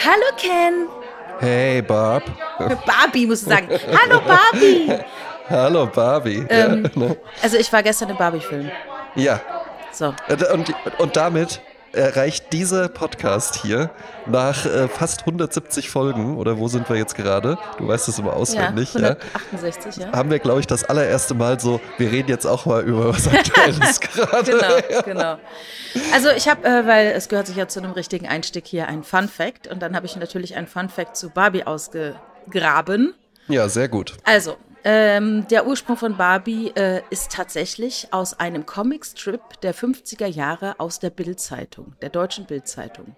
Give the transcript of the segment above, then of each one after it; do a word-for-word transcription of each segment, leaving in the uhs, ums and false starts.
Hallo Ken. Hey Bob. Barbie musst du sagen. Hallo Barbie. Hallo Barbie. Ähm, ja, ne? Also ich war gestern im Barbie-Film. Ja. So. Und, und damit erreicht dieser Podcast hier nach äh, fast hundertsiebzig Folgen, oder wo sind wir jetzt gerade? Du weißt es immer auswendig. Ja, hundertachtundsechzig, ja. Haben wir, glaube ich, das allererste Mal so, wir reden jetzt auch mal über was Aktuelles gerade. Genau, genau. Also ich habe, äh, weil es gehört sich ja zu einem richtigen Einstieg hier, ein Fun-Fact. Und dann habe ich natürlich ein Fun-Fact zu Barbie ausgegraben. Ja, sehr gut. Also, ähm, der Ursprung von Barbie äh, ist tatsächlich aus einem Comicstrip der fünfziger Jahre aus der Bild-Zeitung, der deutschen Bild-Zeitung.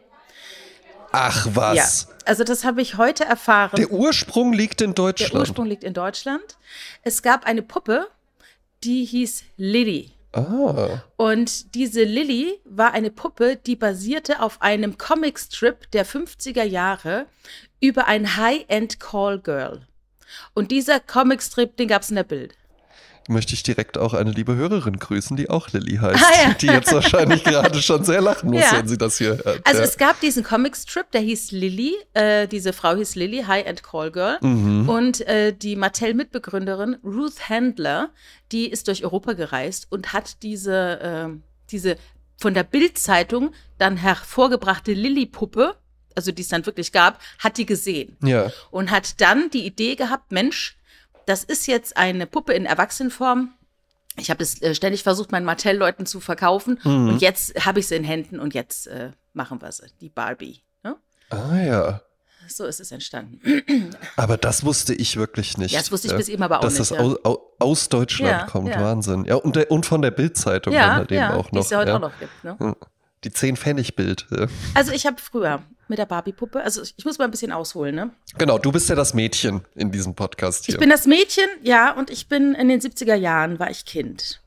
Ach was. Ja, also das habe ich heute erfahren. Der Ursprung liegt in Deutschland. Der Ursprung liegt in Deutschland. Es gab eine Puppe, die hieß Lilly. Ah. Und diese Lilly war eine Puppe, die basierte auf einem Comicstrip der fünfziger Jahre über ein High-End-Call-Girl. Und dieser Comicstrip, den gab es in der Bild. Möchte ich direkt auch eine liebe Hörerin grüßen, die auch Lilly heißt, Ah, ja. die jetzt wahrscheinlich gerade schon sehr lachen muss, Ja. wenn sie das hier hört. Also ja. es gab diesen Comicstrip, der hieß Lilly, äh, diese Frau hieß Lilly, High-End Call Girl. Mhm. Und äh, die Mattel-Mitbegründerin Ruth Handler, die ist durch Europa gereist und hat diese, äh, diese von der Bild-Zeitung dann hervorgebrachte Lilly-Puppe, also die es dann wirklich gab, hat die gesehen. Ja. Und hat dann die Idee gehabt, Mensch, das ist jetzt eine Puppe in Erwachsenenform. Ich habe es äh, ständig versucht, meinen Mattel-Leuten zu verkaufen. Mhm. Und jetzt habe ich sie in Händen und jetzt äh, machen wir sie, die Barbie. Ne? Ah ja. So ist es entstanden. Aber das wusste ich wirklich nicht. Ja, das wusste ich bis eben aber auch dass nicht. das Ja. aus, au, aus Deutschland Ja, kommt, ja. Wahnsinn. Ja, und, der, und von der Bild-Zeitung dann Ja, halt eben ja, auch die noch. es ja heute ja. auch noch gibt. Ne? Hm. Die zehn-Pfennig-Bild. Ja. Also ich habe früher mit der Barbie-Puppe, also ich muss mal ein bisschen ausholen, ne? Genau, du bist ja das Mädchen in diesem Podcast hier. Ich bin das Mädchen, ja, und ich bin in den siebziger Jahren, war ich Kind.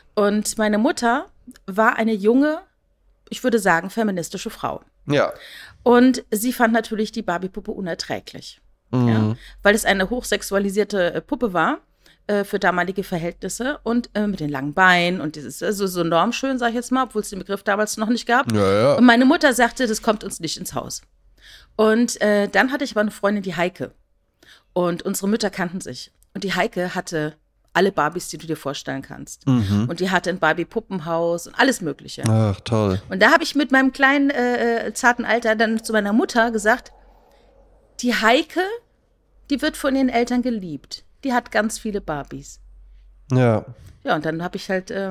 Und meine Mutter war eine junge, ich würde sagen, feministische Frau. Ja. Und sie fand natürlich die Barbie-Puppe unerträglich. Mhm. Ja, weil es eine hochsexualisierte äh, Puppe war äh, für damalige Verhältnisse und äh, mit den langen Beinen und dieses also so normschön, sag ich jetzt mal, obwohl es den Begriff damals noch nicht gab. Ja, ja. Und meine Mutter sagte, das kommt uns nicht ins Haus. Und äh, dann hatte ich aber eine Freundin, die Heike. Und unsere Mütter kannten sich. Und die Heike hatte alle Barbies, die du dir vorstellen kannst. Mhm. Und die hatte ein Barbie-Puppenhaus und alles Mögliche. Ach, toll. Und da habe ich mit meinem kleinen, äh, zarten Alter dann zu meiner Mutter gesagt, die Heike, die wird von ihren Eltern geliebt. Die hat ganz viele Barbies. Ja. Ja, und dann habe ich halt äh,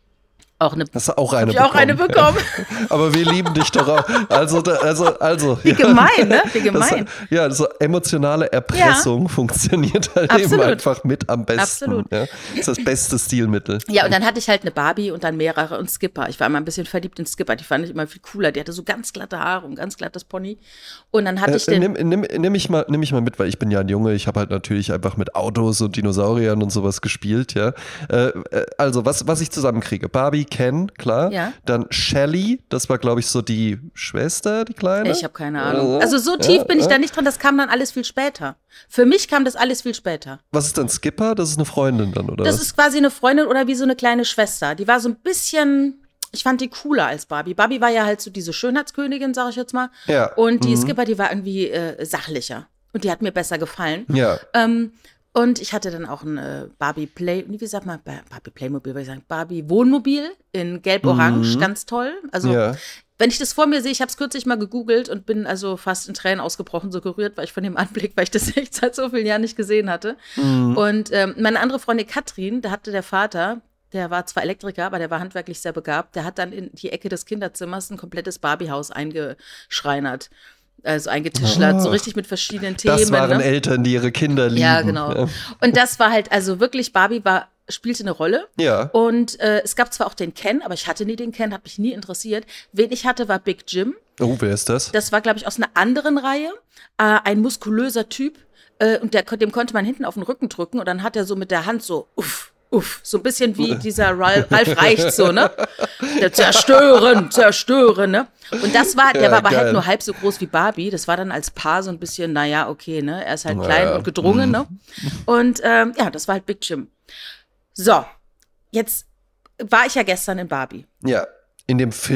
auch eine, Hast du auch eine hab ich auch eine bekommen. Aber wir lieben dich doch auch. Also, da, also, also. Wie gemein, ne? Wie gemein. Das, ja, so emotionale Erpressung ja. funktioniert halt Absolut. eben einfach mit am besten. Absolut. Ja. Das ist das beste Stilmittel. Ja, und dann hatte ich halt eine Barbie und dann mehrere und Skipper. Ich war immer ein bisschen verliebt in Skipper. Die fand ich immer viel cooler. Die hatte so ganz glatte Haare und ganz glattes Pony. Und dann hatte Äh, ich den... nimm, nimm, nimm, ich mal, nimm ich mal mit, weil ich bin ja ein Junge. Ich habe halt natürlich einfach mit Autos und Dinosauriern und sowas gespielt. Ja. Äh, also, was, was ich zusammenkriege. Barbie, Ken, klar. Ja. Dann Shelly, das war, glaube ich, so die Schwester, die Kleine. Ich habe keine Ahnung. Also so tief ja, bin ich ja. da nicht drin. Das kam dann alles viel später. Für mich kam das alles viel später. Was ist denn Skipper? Das ist eine Freundin dann, oder Das was? ist quasi eine Freundin oder wie so eine kleine Schwester. Die war so ein bisschen, ich fand die cooler als Barbie. Barbie war ja halt so diese Schönheitskönigin, sag ich jetzt mal. Ja. Und die Mhm. Skipper, die war irgendwie äh, sachlicher. Und die hat mir besser gefallen. Ja. Ähm, und ich hatte dann auch ein äh, Barbie Play, wie sagt man, Barbie Playmobil, würde ich sagen, Barbie Wohnmobil in gelb-orange, Mhm. ganz toll. Also Ja. wenn ich das vor mir sehe, ich habe es kürzlich mal gegoogelt und bin also fast in Tränen ausgebrochen, so gerührt, weil ich von dem Anblick, weil ich das echt seit so vielen Jahren nicht gesehen hatte. Mhm. Und ähm, meine andere Freundin Katrin, da hatte der Vater, der war zwar Elektriker, aber der war handwerklich sehr begabt, der hat dann in die Ecke des Kinderzimmers ein komplettes Barbiehaus eingeschreinert. Also eingetischlert, Oh. so richtig mit verschiedenen Themen. Das waren ne? Eltern, die ihre Kinder lieben. Ja, genau. Ja. Und das war halt, also wirklich, Barbie war, spielte eine Rolle. Ja. Und äh, es gab zwar auch den Ken, aber ich hatte nie den Ken, hat mich nie interessiert. Wen ich hatte, war Big Jim. Oh, wer ist das? Das war, glaube ich, aus einer anderen Reihe. Äh, ein muskulöser Typ. Äh, und der, dem konnte man hinten auf den Rücken drücken. Und dann hat er so mit der Hand so, uff, uff. So ein bisschen wie dieser Ralf, Ralf Reicht so, ne? Der zerstören, zerstören, ne? Und das war, der Ja, war aber geil. halt nur halb so groß wie Barbie. Das war dann als Paar so ein bisschen, naja, okay, ne? Er ist halt Na klein ja. und gedrungen, ne? Und ähm, ja, das war halt Big Jim. So, jetzt war ich ja gestern in Barbie. Ja, in dem Film.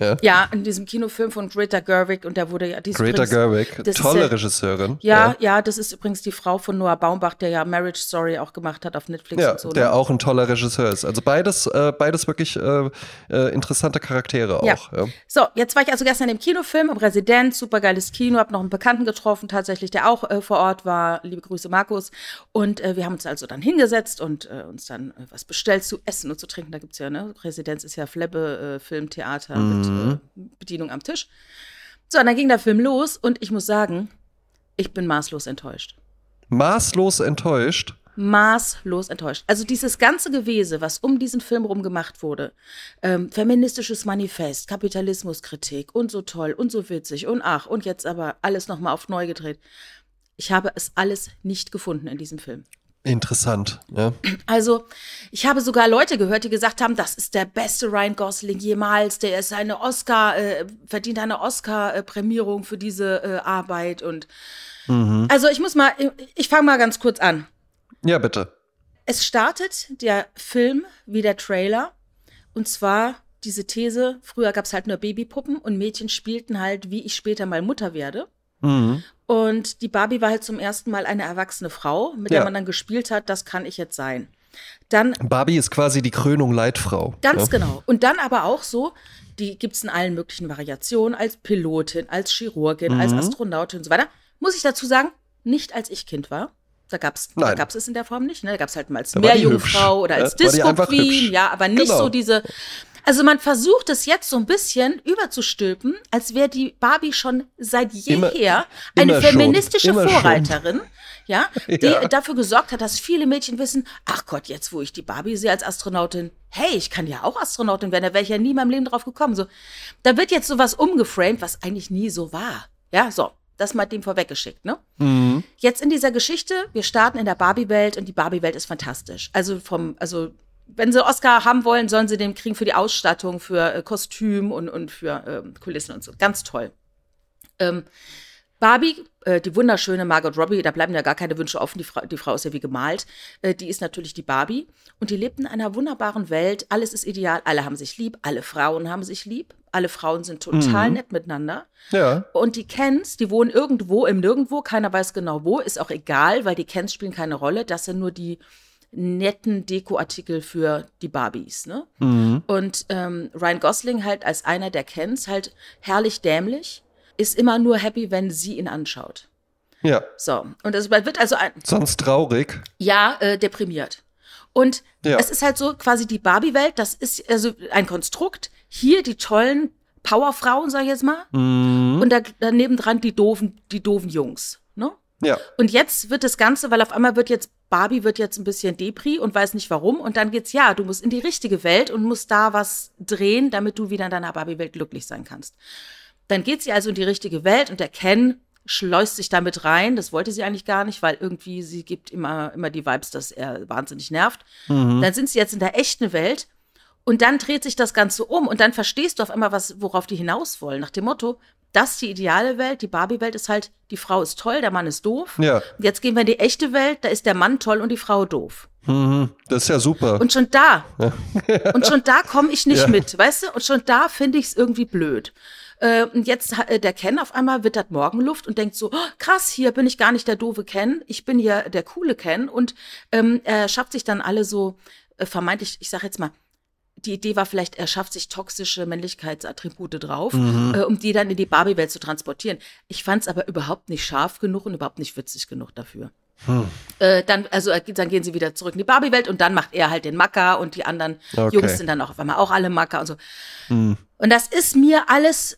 Ja, ja, in diesem Kinofilm von Greta Gerwig und der wurde ja... Die Greta Gerwig, tolle ja, Regisseurin. Ja, ja, ja, das ist übrigens die Frau von Noah Baumbach, der ja Marriage Story auch gemacht hat auf Netflix ja, und so. Der ne? auch ein toller Regisseur ist. Also beides, äh, beides wirklich äh, äh, interessante Charaktere auch. Ja. Ja. So, jetzt war ich also gestern im Kinofilm, im Resident, super geiles Kino, hab noch einen Bekannten getroffen, tatsächlich, der auch äh, vor Ort war. Liebe Grüße, Markus. Und äh, wir haben uns also dann hingesetzt und äh, uns dann äh, was bestellt zu essen und zu trinken. Da gibt's ja, ne, Residenz ist ja Flebbe, äh, Filmtheater mhm. mit äh, Bedienung am Tisch. So, und dann ging der Film los und ich muss sagen, ich bin maßlos enttäuscht. Maßlos enttäuscht? Maßlos enttäuscht. Also dieses ganze Gewese, was um diesen Film rum gemacht wurde, ähm, feministisches Manifest, Kapitalismuskritik und so toll und so witzig und ach, und jetzt aber alles nochmal auf neu gedreht. Ich habe es alles nicht gefunden in diesem Film. Interessant, ja. Also, ich habe sogar Leute gehört, die gesagt haben, das ist der beste Ryan Gosling jemals, der ist eine Oscar, äh, verdient eine Oscar-Prämierung für diese äh, Arbeit und mhm. Also ich muss mal, ich fange mal ganz kurz an. Ja, bitte. Es startet der Film wie der Trailer und zwar diese These, früher gab es halt nur Babypuppen und Mädchen spielten halt, wie ich später mal Mutter werde. Mhm. Und die Barbie war halt zum ersten Mal eine erwachsene Frau, mit ja. der man dann gespielt hat, das kann ich jetzt sein. Dann, Barbie ist quasi die Krönung Leitfrau. Ganz ja. genau. Und dann aber auch so, die gibt es in allen möglichen Variationen, als Pilotin, als Chirurgin, mhm. als Astronautin und so weiter. Muss ich dazu sagen, nicht als ich Kind war. Da gab es da gab's es in der Form nicht. Ne? Da gab es halt mal als Meerjungfrau oder als ja, Disco-Queen. Ja, aber nicht genau. so diese... Also man versucht es jetzt so ein bisschen überzustülpen, als wäre die Barbie schon seit jeher immer, eine immer feministische schon, Vorreiterin, ja, die ja. dafür gesorgt hat, dass viele Mädchen wissen, ach Gott, jetzt wo ich die Barbie sehe als Astronautin, hey, ich kann ja auch Astronautin werden, da wäre ich ja nie in meinem Leben drauf gekommen. So, da wird jetzt sowas umgeframed, was eigentlich nie so war. Ja, so. Das mal dem vorweggeschickt, ne? Mhm. Jetzt in dieser Geschichte, wir starten in der Barbie-Welt und die Barbie-Welt ist fantastisch. Also vom, also wenn sie Oscar haben wollen, sollen sie den kriegen für die Ausstattung, für äh, Kostüm und, und für ähm, Kulissen und so. Ganz toll. Ähm, Barbie, äh, die wunderschöne Margot Robbie, da bleiben ja gar keine Wünsche offen, die, Fra- die Frau ist ja wie gemalt, äh, die ist natürlich die Barbie und die lebt in einer wunderbaren Welt, alles ist ideal, alle haben sich lieb, alle Frauen haben sich lieb, alle Frauen sind total mhm. nett miteinander. Ja. Und die Kens, die wohnen irgendwo im Nirgendwo, keiner weiß genau wo, ist auch egal, weil die Kens spielen keine Rolle, das sind nur die netten Dekoartikel für die Barbies, ne? Mhm. Und ähm, Ryan Gosling halt als einer der Kens halt herrlich dämlich, ist immer nur happy, wenn sie ihn anschaut. Ja. So, und es wird also ein... Sonst traurig. Ja, äh, deprimiert. Und ja. es ist halt so quasi die Barbie-Welt, das ist also ein Konstrukt. Hier die tollen Powerfrauen, sag ich jetzt mal. Mhm. Und da, daneben dran die doofen, die doofen Jungs, ne? Ja. Und jetzt wird das Ganze, weil auf einmal wird jetzt, Barbie wird jetzt ein bisschen Depri und weiß nicht warum. Und dann geht's, ja, du musst in die richtige Welt und musst da was drehen, damit du wieder in deiner Barbie-Welt glücklich sein kannst. Dann geht sie also in die richtige Welt und der Ken schleust sich damit rein. Das wollte sie eigentlich gar nicht, weil irgendwie sie gibt immer, immer die Vibes, dass er wahnsinnig nervt. Mhm. Dann sind sie jetzt in der echten Welt und dann dreht sich das Ganze um und dann verstehst du auf einmal, was, worauf die hinaus wollen. Nach dem Motto, das ist die ideale Welt, die Barbie-Welt ist halt, die Frau ist toll, der Mann ist doof. Ja. Jetzt gehen wir in die echte Welt, da ist der Mann toll und die Frau doof. Mhm, das ist ja super. Und schon da, und schon da komme ich nicht ja. mit, weißt du? Und schon da finde ich es irgendwie blöd. Äh, und jetzt äh, der Ken auf einmal wittert Morgenluft und denkt so, oh, krass, hier bin ich gar nicht der doofe Ken, ich bin hier der coole Ken. Und ähm, er schafft sich dann alle so äh, vermeintlich, ich sag jetzt mal, die Idee war vielleicht, er schafft sich toxische Männlichkeitsattribute drauf, mhm. äh, um die dann in die Barbie-Welt zu transportieren. Ich fand es aber überhaupt nicht scharf genug und überhaupt nicht witzig genug dafür. Hm. Äh, dann, also, dann gehen sie wieder zurück in die Barbie-Welt und dann macht er halt den Macker und die anderen okay. Jungs sind dann auch auf einmal auch alle Macker und so. Hm. Und das ist mir alles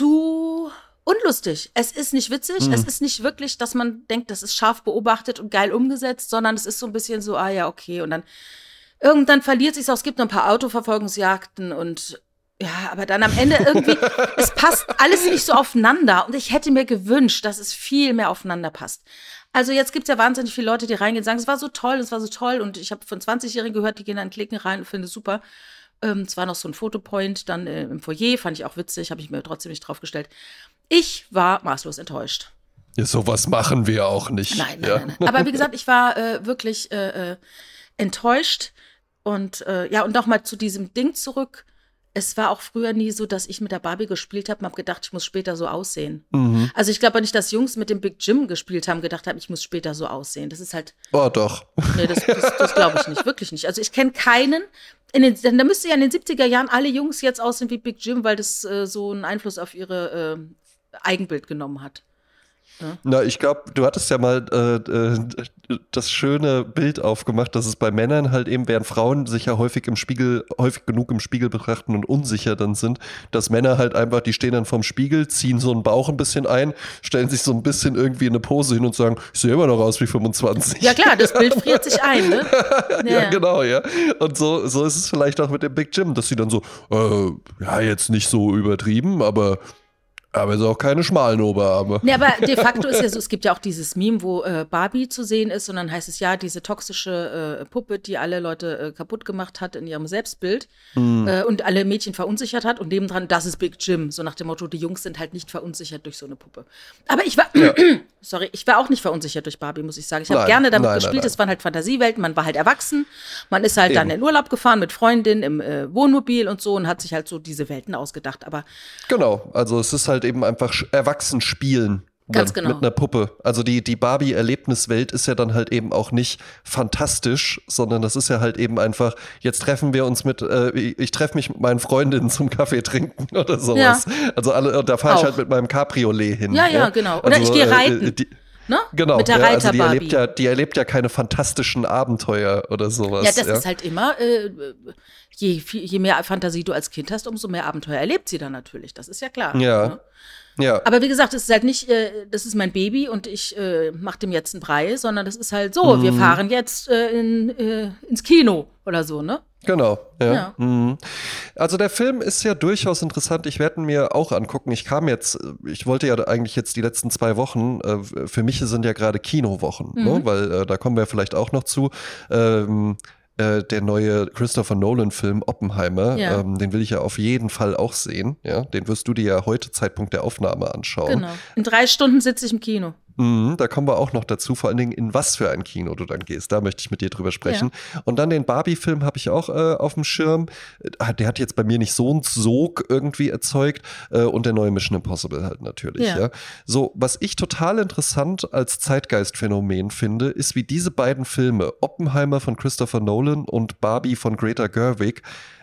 zu unlustig. Es ist nicht witzig, hm. es ist nicht wirklich, dass man denkt, das ist scharf beobachtet und geil umgesetzt, sondern es ist so ein bisschen so, ah ja, okay. Und dann irgendwann verliert sich's auch, es gibt noch ein paar Autoverfolgungsjagden und ja, aber dann am Ende irgendwie, es passt alles nicht so aufeinander und ich hätte mir gewünscht, dass es viel mehr aufeinander passt. Also jetzt gibt's ja wahnsinnig viele Leute, die reingehen und sagen, es war so toll, es war so toll und ich habe von zwanzigjährigen gehört, die gehen dann klicken rein und finden es super. Ähm, es war noch so ein Fotopoint dann äh, im Foyer, fand ich auch witzig, habe ich mir trotzdem nicht draufgestellt. Ich war maßlos enttäuscht. Ja, sowas machen wir auch nicht. Nein, nein, ja. nein, nein. Aber wie gesagt, ich war äh, wirklich äh, äh, enttäuscht und äh, ja, und nochmal zu diesem Ding zurück. es war auch früher nie so, dass ich mit der Barbie gespielt habe und habe gedacht, ich muss später so aussehen. Mhm. Also ich glaube auch nicht, dass Jungs mit dem Big Jim gespielt haben, gedacht haben, ich muss später so aussehen. Das ist halt. Oh, doch. Nee, das, das, das glaube ich nicht, wirklich nicht. Also ich kenne keinen. In den, da müsste ja in den siebziger Jahren alle Jungs jetzt aussehen wie Big Jim, weil das äh, so einen Einfluss auf ihre äh, Eigenbild genommen hat. Ja. Na, ich glaube, du hattest ja mal äh, äh, das schöne Bild aufgemacht, dass es bei Männern halt eben, während Frauen sich ja häufig im Spiegel, häufig genug im Spiegel betrachten und unsicher dann sind, dass Männer halt einfach, die stehen dann vorm Spiegel, ziehen so einen Bauch ein bisschen ein, stellen sich so ein bisschen irgendwie in eine Pose hin und sagen, ich sehe immer noch aus wie fünfundzwanzig. Ja klar, das Bild friert sich ein, ne? Ja, ja, genau, ja. Und so, so ist es vielleicht auch mit dem Big Jim, dass sie dann so, äh, ja, jetzt nicht so übertrieben, aber Aber es ist auch keine schmalen Oberarme. Nee, aber de facto ist ja so, es gibt ja auch dieses Meme, wo äh, Barbie zu sehen ist und dann heißt es ja, diese toxische äh, Puppe, die alle Leute äh, kaputt gemacht hat in ihrem Selbstbild mhm. äh, und alle Mädchen verunsichert hat und nebendran, das ist Big Jim. So nach dem Motto, die Jungs sind halt nicht verunsichert durch so eine Puppe. Aber ich war, ja. sorry, ich war auch nicht verunsichert durch Barbie, muss ich sagen. Ich habe gerne damit nein, gespielt, es waren halt Fantasiewelten, man war halt erwachsen, man ist halt Eben. dann in Urlaub gefahren mit Freundin im äh, Wohnmobil und so und hat sich halt so diese Welten ausgedacht. Aber genau, also es ist halt eben einfach erwachsen spielen. Ganz genau. Mit einer Puppe. Also die, die Barbie-Erlebniswelt ist ja dann halt eben auch nicht fantastisch, sondern das ist ja halt eben einfach, jetzt treffen wir uns mit, äh, ich, ich treffe mich mit meinen Freundinnen zum Kaffee trinken oder sowas. Ja. Also alle, da fahre ich halt mit meinem Cabriolet hin. Ja, ja, ja genau. Oder also, ich gehe reiten. Äh, die, Ne? Genau, mit der ja, also die Reiter-Barbie. erlebt, ja, die erlebt ja keine fantastischen Abenteuer oder sowas. Ja, das ja? ist halt immer, äh, je, je mehr Fantasie du als Kind hast, umso mehr Abenteuer erlebt sie dann natürlich, das ist ja klar. Ja, ne? ja. Aber wie gesagt, es ist halt nicht, äh, das ist mein Baby und ich äh, mache dem jetzt einen Brei, sondern das ist halt so, mhm. wir fahren jetzt äh, in, äh, ins Kino oder so, ne? Genau, ja. ja. Mhm. Also der Film ist ja durchaus interessant. Ich werde ihn mir auch angucken. Ich kam jetzt, ich wollte ja eigentlich jetzt die letzten zwei Wochen, äh, für mich sind ja gerade Kinowochen, mhm. ne? Weil äh, da kommen wir vielleicht auch noch zu. Ähm, äh, der neue Christopher Nolan-Film Oppenheimer, ja. ähm, den will ich ja auf jeden Fall auch sehen. Ja? Den wirst du dir ja heute Zeitpunkt der Aufnahme anschauen. Genau. In drei Stunden sitze ich im Kino. Mhm, da kommen wir auch noch dazu, vor allen Dingen in was für ein Kino du dann gehst. Da möchte ich mit dir drüber sprechen. Ja. Und dann den Barbie-Film habe ich auch äh, auf dem Schirm. Der hat jetzt bei mir nicht so einen Sog irgendwie erzeugt. Äh, und der neue Mission Impossible halt natürlich. Ja. Ja. So, was ich total interessant als Zeitgeistphänomen finde, ist, wie diese beiden Filme, Oppenheimer von Christopher Nolan und Barbie von Greta Gerwig,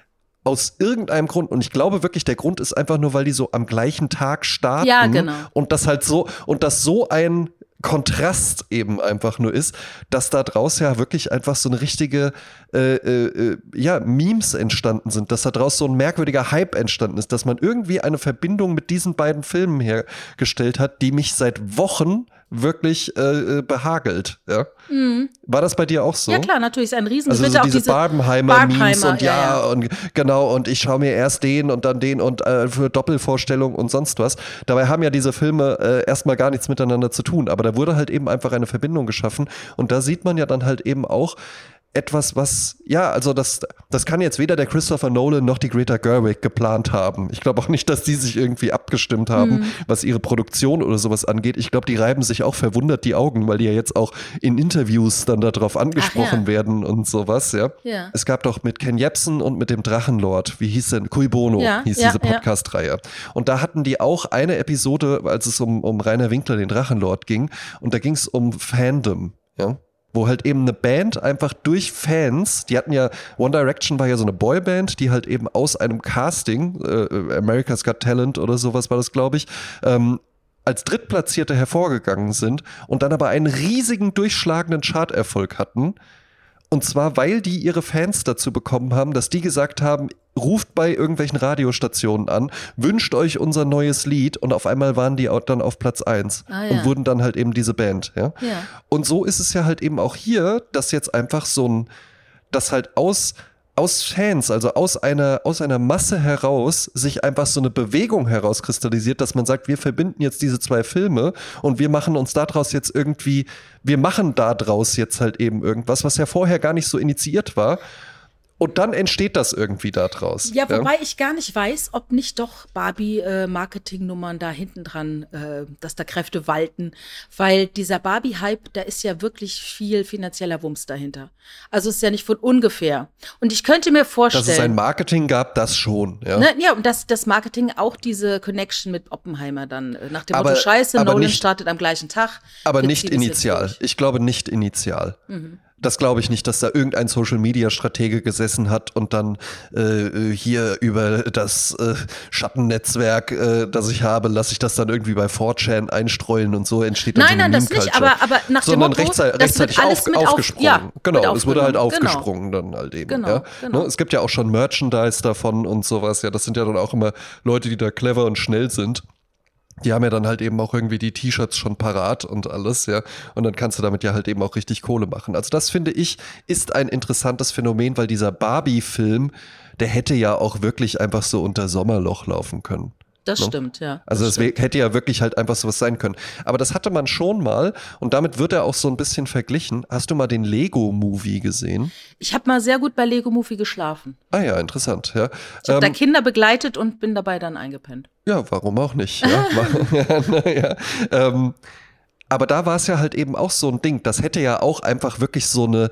aus irgendeinem Grund, und ich glaube wirklich, der Grund ist einfach nur, weil die so am gleichen Tag starten. Ja, genau. Und das halt so, und das so ein Kontrast eben einfach nur ist, dass da draus ja wirklich einfach so eine richtige, äh, äh, ja, Memes entstanden sind, dass da draus so ein merkwürdiger Hype entstanden ist, dass man irgendwie eine Verbindung mit diesen beiden Filmen hergestellt hat, die mich seit Wochen wirklich äh, behagelt. Ja? Mhm. War das bei dir auch so? Ja klar, natürlich ist ein Riesen. Also so auch diese, diese Barbenheimer-Memes und ja, ja, ja und genau, und ich schaue mir erst den und dann den und äh, für Doppelvorstellung und sonst was. Dabei haben ja diese Filme äh, erstmal gar nichts miteinander zu tun, aber da wurde halt eben einfach eine Verbindung geschaffen und da sieht man ja dann halt eben auch etwas, was, ja, also das, das kann jetzt weder der Christopher Nolan noch die Greta Gerwig geplant haben. Ich glaube auch nicht, dass die sich irgendwie abgestimmt haben, mhm. was ihre Produktion oder sowas angeht. Ich glaube, die reiben sich auch verwundert die Augen, weil die ja jetzt auch in Interviews dann darauf angesprochen ja. werden und sowas, ja. ja. Es gab doch mit Ken Jebsen und mit dem Drachenlord, wie hieß denn, Cui Bono ja, hieß ja, diese Podcast-Reihe. Und da hatten die auch eine Episode, als es um, um Rainer Winkler, den Drachenlord, ging. Und da ging es um Fandom, ja. Wo halt eben eine Band einfach durch Fans, die hatten ja, One Direction war ja so eine Boyband, die halt eben aus einem Casting, äh, America's Got Talent oder sowas war das, glaube ich, ähm, als Drittplatzierte hervorgegangen sind und dann aber einen riesigen durchschlagenden Charterfolg hatten. Und zwar, weil die ihre Fans dazu bekommen haben, dass die gesagt haben, ruft bei irgendwelchen Radiostationen an, wünscht euch unser neues Lied und auf einmal waren die dann auf Platz eins ah, ja. und wurden dann halt eben diese Band. Ja? Ja. Und so ist es ja halt eben auch hier, dass jetzt einfach so ein, das halt aus aus Fans, also aus einer, aus einer Masse heraus sich einfach so eine Bewegung herauskristallisiert, dass man sagt, wir verbinden jetzt diese zwei Filme und wir machen uns daraus jetzt irgendwie, wir machen daraus jetzt halt eben irgendwas, was ja vorher gar nicht so initiiert war. Und dann entsteht das irgendwie da draus. Ja, wobei ja? ich gar nicht weiß, ob nicht doch Barbie-Marketing-Nummern äh, da hinten dran, äh, dass da Kräfte walten. Weil dieser Barbie-Hype, da ist ja wirklich viel finanzieller Wumms dahinter. Also es ist ja nicht von ungefähr. Und ich könnte mir vorstellen, dass es ein Marketing gab, das schon. Ja, ne, ja und dass das Marketing auch diese Connection mit Oppenheimer dann äh, nach dem aber, Motto, Scheiße, aber Nolan nicht, startet am gleichen Tag. Aber nicht initial. Ich glaube nicht initial. Mhm. Das glaube ich nicht, dass da irgendein Social-Media-Stratege gesessen hat und dann äh, hier über das äh, Schattennetzwerk, äh, das ich habe, lasse ich das dann irgendwie bei four chan einstreuen und so entsteht dann nein, so eine Nein, das nicht, aber, aber nach dem Motto, rechtzeitig, rechtzeitig auf, auf, aufgesprungen. Ja, genau, es wurde halt aufgesprungen genau. dann halt eben. Genau, ja? genau. Ne? Es gibt ja auch schon Merchandise davon und sowas. Ja, das sind ja dann auch immer Leute, die da clever und schnell sind. Die haben ja dann halt eben auch irgendwie die T-Shirts schon parat und alles, ja. Und dann kannst du damit ja halt eben auch richtig Kohle machen. Also das, finde ich, ist ein interessantes Phänomen, weil dieser Barbie-Film, der hätte ja auch wirklich einfach so unter Sommerloch laufen können. Das ne? stimmt, ja. Also es stimmt. hätte ja wirklich halt einfach sowas sein können. Aber das hatte man schon mal und damit wird er auch so ein bisschen verglichen. Hast du mal den Lego-Movie gesehen? Ich habe mal sehr gut bei Lego-Movie geschlafen. Ah ja, interessant, ja. Ich habe ähm, da Kinder begleitet und bin dabei dann eingepennt. Ja, warum auch nicht? Ja, ja, na, ja. Ähm, aber da war es ja halt eben auch so ein Ding. Das hätte ja auch einfach wirklich so eine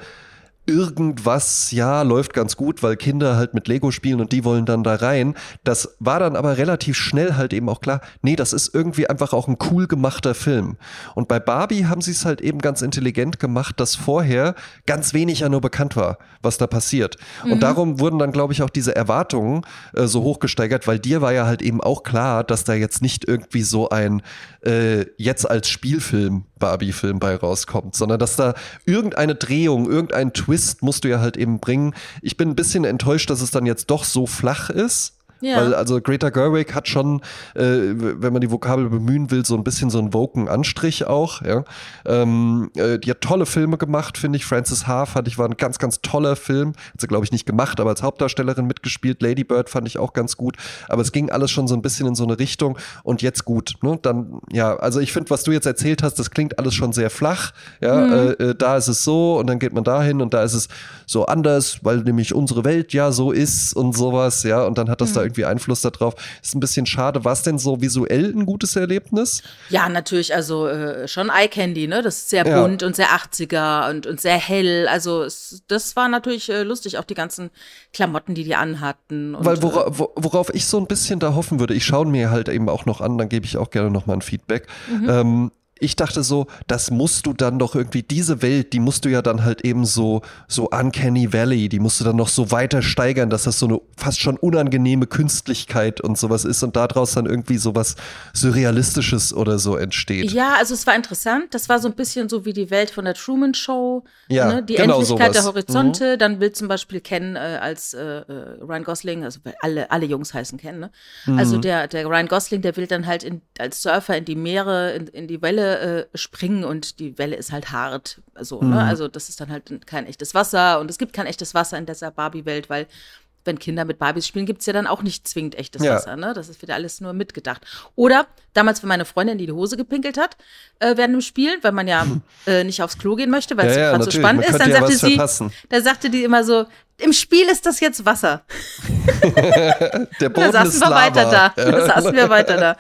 irgendwas, ja, läuft ganz gut, weil Kinder halt mit Lego spielen und die wollen dann da rein. Das war dann aber relativ schnell halt eben auch klar, nee, das ist irgendwie einfach auch ein cool gemachter Film. Und bei Barbie haben sie es halt eben ganz intelligent gemacht, dass vorher ganz wenig ja nur bekannt war, was da passiert. Mhm. Und darum wurden dann, glaube ich, auch diese Erwartungen äh, so hoch gesteigert, weil dir war ja halt eben auch klar, dass da jetzt nicht irgendwie so ein äh, jetzt als Spielfilm Barbie-Film bei rauskommt, sondern dass da irgendeine Drehung, irgendein Twist musst du ja halt eben bringen. Ich bin ein bisschen enttäuscht, dass es dann jetzt doch so flach ist. Ja. Weil also Greta Gerwig hat schon, äh, wenn man die Vokabel bemühen will, so ein bisschen so einen woken Anstrich auch. Ja? Ähm, äh, die hat tolle Filme gemacht, finde ich. Frances Ha fand ich war ein ganz, ganz toller Film. Hat sie, glaube ich, nicht gemacht, aber als Hauptdarstellerin mitgespielt. Lady Bird fand ich auch ganz gut. Aber es ging alles schon so ein bisschen in so eine Richtung. Und jetzt gut. Ne? Dann, ja, also ich finde, was du jetzt erzählt hast, das klingt alles schon sehr flach. Ja, mhm. äh, da ist es so und dann geht man dahin und da ist es so anders, weil nämlich unsere Welt ja so ist und sowas. Ja, und dann hat das mhm. da irgendwie Einfluss darauf. Ist ein bisschen schade. War es denn so visuell ein gutes Erlebnis? Ja, natürlich, also äh, schon Eye Candy, ne? Das ist sehr Ja. bunt und sehr achtziger und, und sehr hell. Also es, das war natürlich äh, lustig, auch die ganzen Klamotten, die die anhatten. Und, Weil wora, wo, worauf ich so ein bisschen da hoffen würde, ich schaue mir halt eben auch noch an, dann gebe ich auch gerne noch mal ein Feedback. Mhm. Ähm, ich dachte so, das musst du dann doch irgendwie, diese Welt, die musst du ja dann halt eben so, so Uncanny Valley, die musst du dann noch so weiter steigern, dass das so eine fast schon unangenehme Künstlichkeit und sowas ist und daraus dann irgendwie sowas Surrealistisches oder so entsteht. Ja, also es war interessant. Das war so ein bisschen so wie die Welt von der Truman Show. Ja, ne? Die genau Endlichkeit sowas. der Horizonte. Mhm. Dann will zum Beispiel Ken äh, als äh, Ryan Gosling, also alle, alle Jungs heißen Ken, ne? Mhm. Also der, der Ryan Gosling, der will dann halt in, als Surfer in die Meere, in, in die Welle äh, springen und die Welle ist halt hart. Also, mhm. ne? Also das ist dann halt kein echtes Wasser und es gibt kein echtes Wasser in dieser Barbie-Welt, weil wenn Kinder mit Barbies spielen, gibt es ja dann auch nicht zwingend echtes ja. Wasser. Ne? Das ist wieder alles nur mitgedacht. Oder damals, wenn meine Freundin in die Hose gepinkelt hat, äh, während dem Spielen, weil man ja äh, nicht aufs Klo gehen möchte, weil es ja, ja, gerade so spannend ist, dann ja sagte sie, verpassen. da sagte die immer so, im Spiel ist das jetzt Wasser. Der Boden da ist saßen wir Lava. weiter da. Ja. Da saßen wir weiter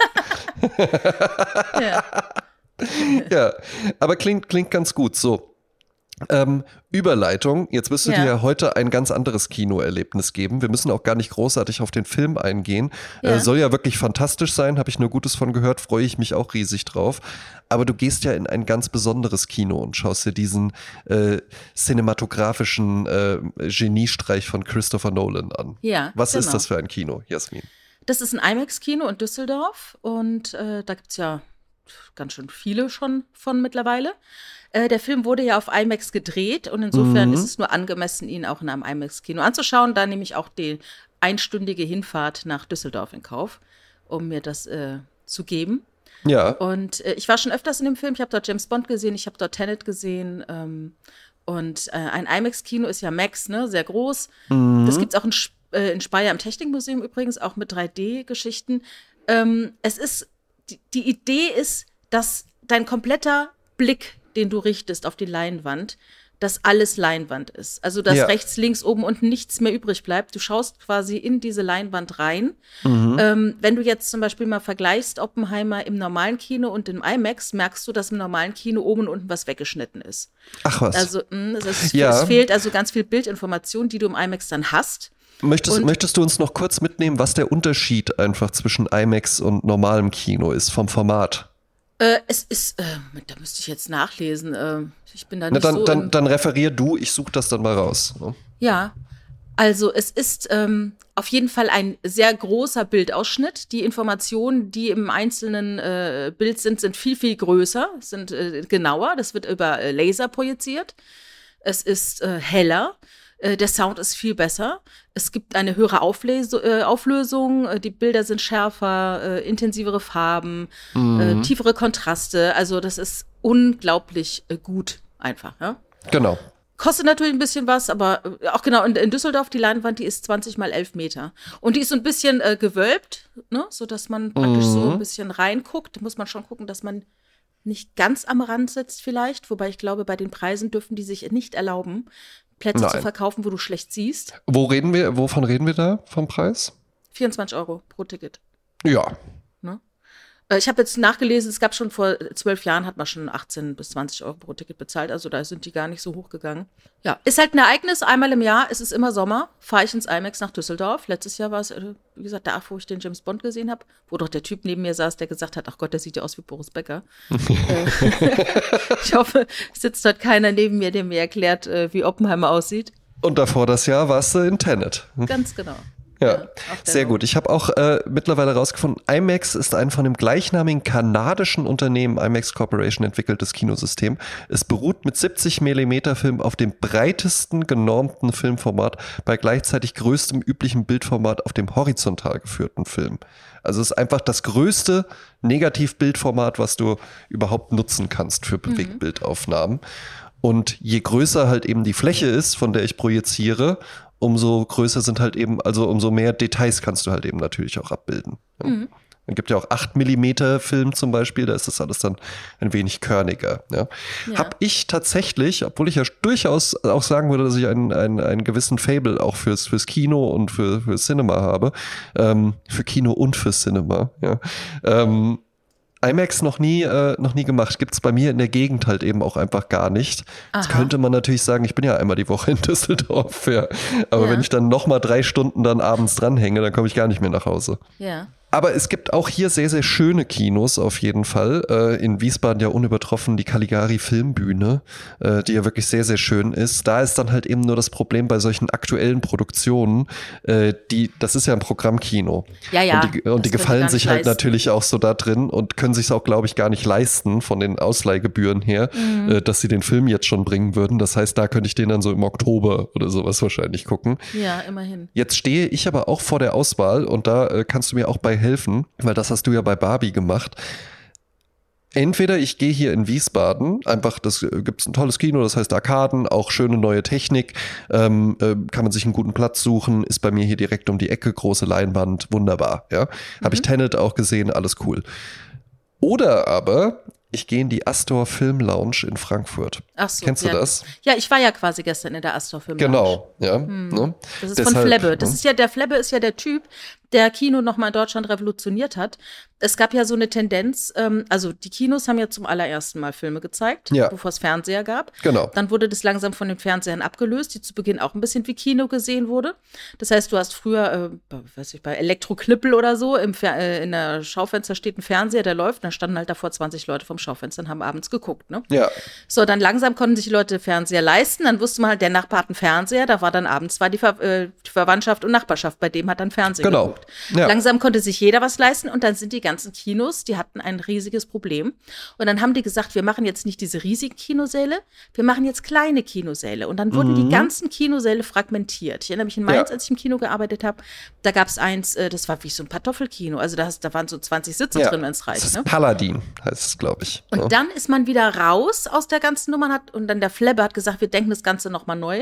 da. ja. Ja, aber klingt, klingt ganz gut. So. Ähm, Überleitung. Jetzt wirst du ja. dir ja heute ein ganz anderes Kinoerlebnis geben. Wir müssen auch gar nicht großartig auf den Film eingehen. Ja. Äh, soll ja wirklich fantastisch sein, habe ich nur Gutes von gehört, freue ich mich auch riesig drauf. Aber du gehst ja in ein ganz besonderes Kino und schaust dir diesen äh, cinematografischen äh, Geniestreich von Christopher Nolan an. Ja, Was genau. ist das für ein Kino, Jasmin? Das ist ein IMAX-Kino in Düsseldorf und äh, da gibt es ja ganz schön viele schon von mittlerweile. Äh, der Film wurde ja auf IMAX gedreht und insofern mhm. ist es nur angemessen, ihn auch in einem IMAX-Kino anzuschauen. Da nehme ich auch die einstündige Hinfahrt nach Düsseldorf in Kauf, um mir das äh, zu geben. Ja. Und äh, ich war schon öfters in dem Film. Ich habe dort James Bond gesehen, ich habe dort Tenet gesehen. Ähm, und äh, ein IMAX-Kino ist ja Max, ne, sehr groß. Mhm. Das gibt es auch in, äh, in Speyer im Technikmuseum übrigens, auch mit drei D-Geschichten. Ähm, es ist, die, die Idee ist, dass dein kompletter Blick, den du richtest auf die Leinwand, dass alles Leinwand ist. Also, dass Ja. rechts, links, oben, unten nichts mehr übrig bleibt. Du schaust quasi in diese Leinwand rein. Mhm. Ähm, wenn du jetzt zum Beispiel mal vergleichst Oppenheimer im normalen Kino und im IMAX, merkst du, dass im normalen Kino oben und unten was weggeschnitten ist. Ach was. Also, mh, es, ist, Ja. es fehlt also ganz viel Bildinformation, die du im IMAX dann hast. Möchtest, und- möchtest du uns noch kurz mitnehmen, was der Unterschied einfach zwischen IMAX und normalem Kino ist vom Format? Äh, es ist, äh, da müsste ich jetzt nachlesen. Äh, ich bin da Na, nicht dann, so. dann, im- dann referier du, ich suche das dann mal raus. ne? Ja, also es ist ähm, auf jeden Fall ein sehr großer Bildausschnitt. Die Informationen, die im einzelnen äh, Bild sind, sind viel, viel größer, sind äh, genauer. Das wird über äh, Laser projiziert. Es ist äh, heller. Äh, der Sound ist viel besser. Es gibt eine höhere Aufleso äh, Auflösung. Äh, die Bilder sind schärfer, äh, intensivere Farben, äh, tiefere Kontraste. Also das ist unglaublich äh, gut einfach. Ja? Genau. Kostet natürlich ein bisschen was, aber äh, auch genau in, in Düsseldorf, die Leinwand, die ist zwanzig mal elf Meter. Und die ist so ein bisschen äh, gewölbt, ne, sodass man praktisch so ein bisschen reinguckt. Da muss man schon gucken, dass man nicht ganz am Rand sitzt vielleicht. Wobei ich glaube, bei den Preisen dürfen die sich nicht erlauben, Plätze Nein. zu verkaufen, wo du schlecht siehst. Wo reden wir, wovon reden wir da vom Preis? vierundzwanzig Euro pro Ticket. Ja. Ne? Äh, Ich habe jetzt nachgelesen, es gab schon vor zwölf Jahren, hat man schon achtzehn bis zwanzig Euro pro Ticket bezahlt. Also da sind die gar nicht so hoch gegangen. Ja, ist halt ein Ereignis. Einmal im Jahr, es ist immer Sommer, fahre ich ins IMAX nach Düsseldorf. Letztes Jahr war es, äh, wie gesagt, da, wo ich den James Bond gesehen habe, wo doch der Typ neben mir saß, der gesagt hat, ach Gott, der sieht ja aus wie Boris Becker. äh, ich hoffe, es sitzt dort keiner neben mir, der mir erklärt, äh, wie Oppenheimer aussieht. Und davor das Jahr warst du in Tenet. Ganz genau. Ja, auf der sehr Lauf. gut. Ich habe auch äh, mittlerweile rausgefunden, IMAX ist ein von dem gleichnamigen kanadischen Unternehmen IMAX Corporation entwickeltes Kinosystem. Es beruht mit siebzig Millimeter Film auf dem breitesten genormten Filmformat bei gleichzeitig größtem üblichen Bildformat auf dem horizontal geführten Film. Also es ist einfach das größte Negativbildformat, was du überhaupt nutzen kannst für Bewegtbildaufnahmen. Und je größer halt eben die Fläche ist, von der ich projiziere, umso größer sind halt eben, also umso mehr Details kannst du halt eben natürlich auch abbilden. Ja. Mhm. Es gibt ja auch acht Millimeter Film zum Beispiel, da ist das alles dann ein wenig körniger. Ja. Ja. Hab ich tatsächlich, obwohl ich ja durchaus auch sagen würde, dass ich einen, einen, einen gewissen Fable auch fürs, fürs Kino und für, für Cinema habe, ähm, für Kino und für Cinema, ja, ähm, IMAX noch nie, äh, noch nie gemacht. Gibt es bei mir in der Gegend halt eben auch einfach gar nicht. Jetzt Aha. könnte man natürlich sagen, ich bin ja einmal die Woche in Düsseldorf. Ja. Aber Ja. wenn ich dann noch mal drei Stunden dann abends dranhänge, dann komme ich gar nicht mehr nach Hause. Ja. Aber es gibt auch hier sehr, sehr schöne Kinos auf jeden Fall. Äh, in Wiesbaden ja unübertroffen die Caligari Filmbühne, äh, die ja wirklich sehr, sehr schön ist. Da ist dann halt eben nur das Problem bei solchen aktuellen Produktionen, äh, die, das ist ja ein Programmkino. Ja, ja, Und die, und das die können die gefallen gar sich nicht halt leisten. natürlich auch so da drin und können sich auch, glaube ich, gar nicht leisten von den Ausleihgebühren her, Mhm. äh, dass sie den Film jetzt schon bringen würden. Das heißt, da könnte ich den dann so im Oktober oder sowas wahrscheinlich gucken. Ja, immerhin. Jetzt stehe ich aber auch vor der Auswahl und da äh, kannst du mir auch bei helfen, weil das hast du ja bei Barbie gemacht. Entweder ich gehe hier in Wiesbaden, einfach, das äh, gibt es ein tolles Kino, das heißt Arkaden, auch schöne neue Technik, ähm, äh, kann man sich einen guten Platz suchen, ist bei mir hier direkt um die Ecke, große Leinwand, wunderbar. Ja? Habe ich Tenet auch gesehen, alles cool. Oder aber ich gehe in die Astor Film Lounge in Frankfurt. Ach so, Kennst du ja. das? Ja, ich war ja quasi gestern in der Astor Film Lounge. Genau, ja. Ne? Das ist Deshalb, von Flebbe. Das ne? ist ja, der Flebbe ist ja der Typ, der Kino nochmal in Deutschland revolutioniert hat. Es gab ja so eine Tendenz, ähm, also die Kinos haben ja zum allerersten Mal Filme gezeigt, Ja. bevor es Fernseher gab. Genau. Dann wurde das langsam von den Fernsehern abgelöst, die zu Beginn auch ein bisschen wie Kino gesehen wurde. Das heißt, du hast früher, äh, bei- weiß ich, bei Elektro-Klippel oder so, im Fer äh, in der Schaufenster steht ein Fernseher, der läuft, dann standen halt davor zwanzig Leute vom Schaufenster und haben abends geguckt, ne? Ja, So, dann langsam konnten sich die Leute Fernseher leisten. Dann wusste man halt, der Nachbar hat einen Fernseher. Da war dann abends zwar die, Ver äh, die Verwandtschaft und Nachbarschaft, bei dem hat dann Fernsehen Genau. geguckt. Ja. Langsam konnte sich jeder was leisten und dann sind die ganzen Kinos, die hatten ein riesiges Problem. Und dann haben die gesagt, wir machen jetzt nicht diese riesigen Kinosäle, wir machen jetzt kleine Kinosäle. Und dann wurden die ganzen Kinosäle fragmentiert. Ich erinnere mich in Mainz, Ja. als ich im Kino gearbeitet habe, da gab es eins, äh, das war wie so ein Kartoffelkino. Also da, hast- da waren so zwanzig Sitze ja. drin, wenn es Das reicht. ist Ne? Paladin, heißt es, glaube ich. Und Ja. dann ist man wieder raus aus der ganzen Nummer hat, und dann der Flebbe hat gesagt, wir denken das Ganze nochmal neu.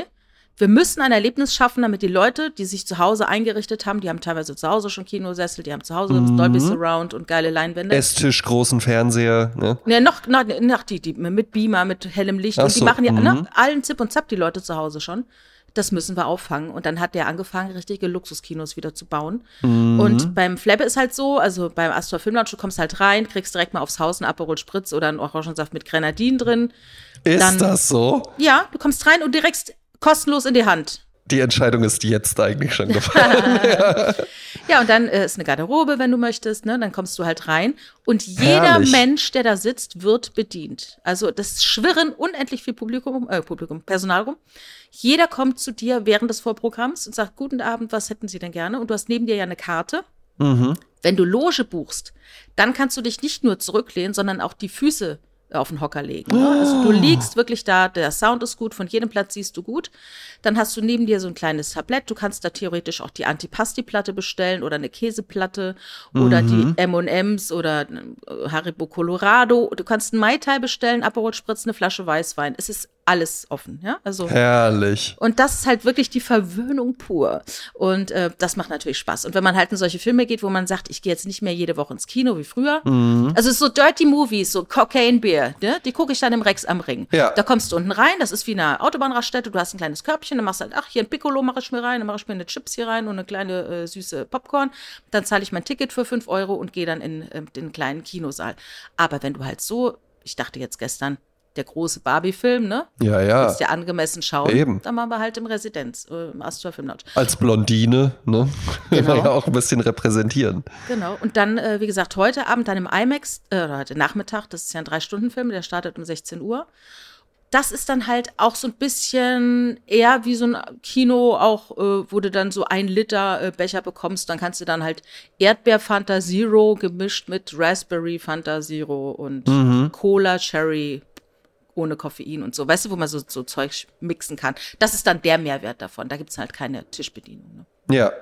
wir müssen ein Erlebnis schaffen, damit die Leute, die sich zu Hause eingerichtet haben, die haben teilweise zu Hause schon Kinosessel, die haben zu Hause mhm. Dolby Surround und geile Leinwände. Esstisch, großen Fernseher. Ne? Ja, noch, noch, noch die, die mit Beamer, mit hellem Licht. Ach und die so, machen ja mhm. ne, allen Zip und Zap, die Leute zu Hause schon. Das müssen wir auffangen. Und dann hat der angefangen, richtige Luxuskinos wieder zu bauen. Mhm. Und beim Flabbe ist halt so, also beim Astor Film Lounge, du kommst halt rein, kriegst direkt mal aufs Haus einen Aperol Spritz oder einen Orangensaft mit Grenadin drin. Ist dann, das so? Ja, du kommst rein und direkt kostenlos in die Hand. Die Entscheidung ist jetzt eigentlich schon gefallen. ja. ja, und dann äh, ist eine Garderobe, wenn du möchtest, ne? Dann kommst du halt rein. Und jeder Herrlich. Mensch, der da sitzt, wird bedient. Also das schwirren unendlich viel Publikum, äh, Publikum, Personal rum. Jeder kommt zu dir während des Vorprogramms und sagt, guten Abend, was hätten Sie denn gerne? Und du hast neben dir ja eine Karte. Mhm. Wenn du Loge buchst, dann kannst du dich nicht nur zurücklehnen, sondern auch die Füße auf den Hocker legen. Ne? Also du liegst wirklich da, der Sound ist gut, von jedem Platz siehst du gut. Dann hast du neben dir so ein kleines Tablett. Du kannst da theoretisch auch die Antipasti-Platte bestellen oder eine Käseplatte oder Mhm. die M und M's oder Haribo Colorado. Du kannst einen Mai Tai bestellen, Aperol Spritz, eine Flasche Weißwein. Es ist alles offen, ja. Also Herrlich. und das ist halt wirklich die Verwöhnung pur. Und äh, das macht natürlich Spaß. Und wenn man halt in solche Filme geht, wo man sagt, ich gehe jetzt nicht mehr jede Woche ins Kino wie früher. Mhm. Also so Dirty Movies, so Cocaine Beer, ne? Die gucke ich dann im Rex am Ring. Ja. Da kommst du unten rein, das ist wie eine Autobahnraststätte, du hast ein kleines Körbchen, dann machst du halt, ach, hier ein Piccolo mache ich mir rein, dann mache ich mir eine Chips hier rein und eine kleine äh, süße Popcorn. Dann zahle ich mein Ticket für fünf Euro und gehe dann in äh, den kleinen Kinosaal. Aber wenn du halt so, ich dachte jetzt gestern, der große Barbie-Film, ne? Ja, ja. Willst ja angemessen schauen. Eben. Dann machen wir halt im Residenz, äh, im Astor Film Lounge. Als Blondine, ne? Genau. ja auch ein bisschen repräsentieren. Genau. Und dann, äh, wie gesagt, heute Abend dann im IMAX, äh, oder heute Nachmittag, das ist ja ein Drei-Stunden-Film, der startet um sechzehn Uhr. Das ist dann halt auch so ein bisschen eher wie so ein Kino, auch äh, wo du dann so ein Liter äh, Becher bekommst. Dann kannst du dann halt Erdbeer-Fanta Zero gemischt mit Raspberry-Fanta Zero und Mhm. Cola Cherry ohne Koffein und so. Weißt du, wo man so, so Zeug mixen kann. Das ist dann der Mehrwert davon. Da gibt es halt keine Tischbedienung. Ne? Ja.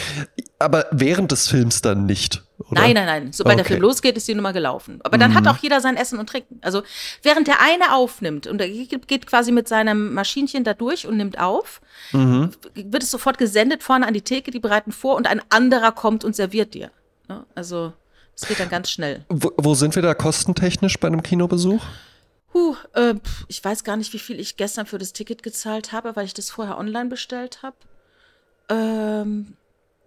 Aber während des Films dann nicht, oder? Nein, nein, nein. Sobald der Okay. Film losgeht, ist die Nummer gelaufen. Aber dann Mhm. hat auch jeder sein Essen und Trinken. Also während der eine aufnimmt und der geht geht quasi mit seinem Maschinchen da durch und nimmt auf, Mhm. wird es sofort gesendet vorne an die Theke, die bereiten vor und ein anderer kommt und serviert dir. Ne? Also es geht dann ganz schnell. Wo, wo sind wir da kostentechnisch bei einem Kinobesuch? Huh, äh, pf, ich weiß gar nicht, wie viel ich gestern für das Ticket gezahlt habe, weil ich das vorher online bestellt habe. Ähm,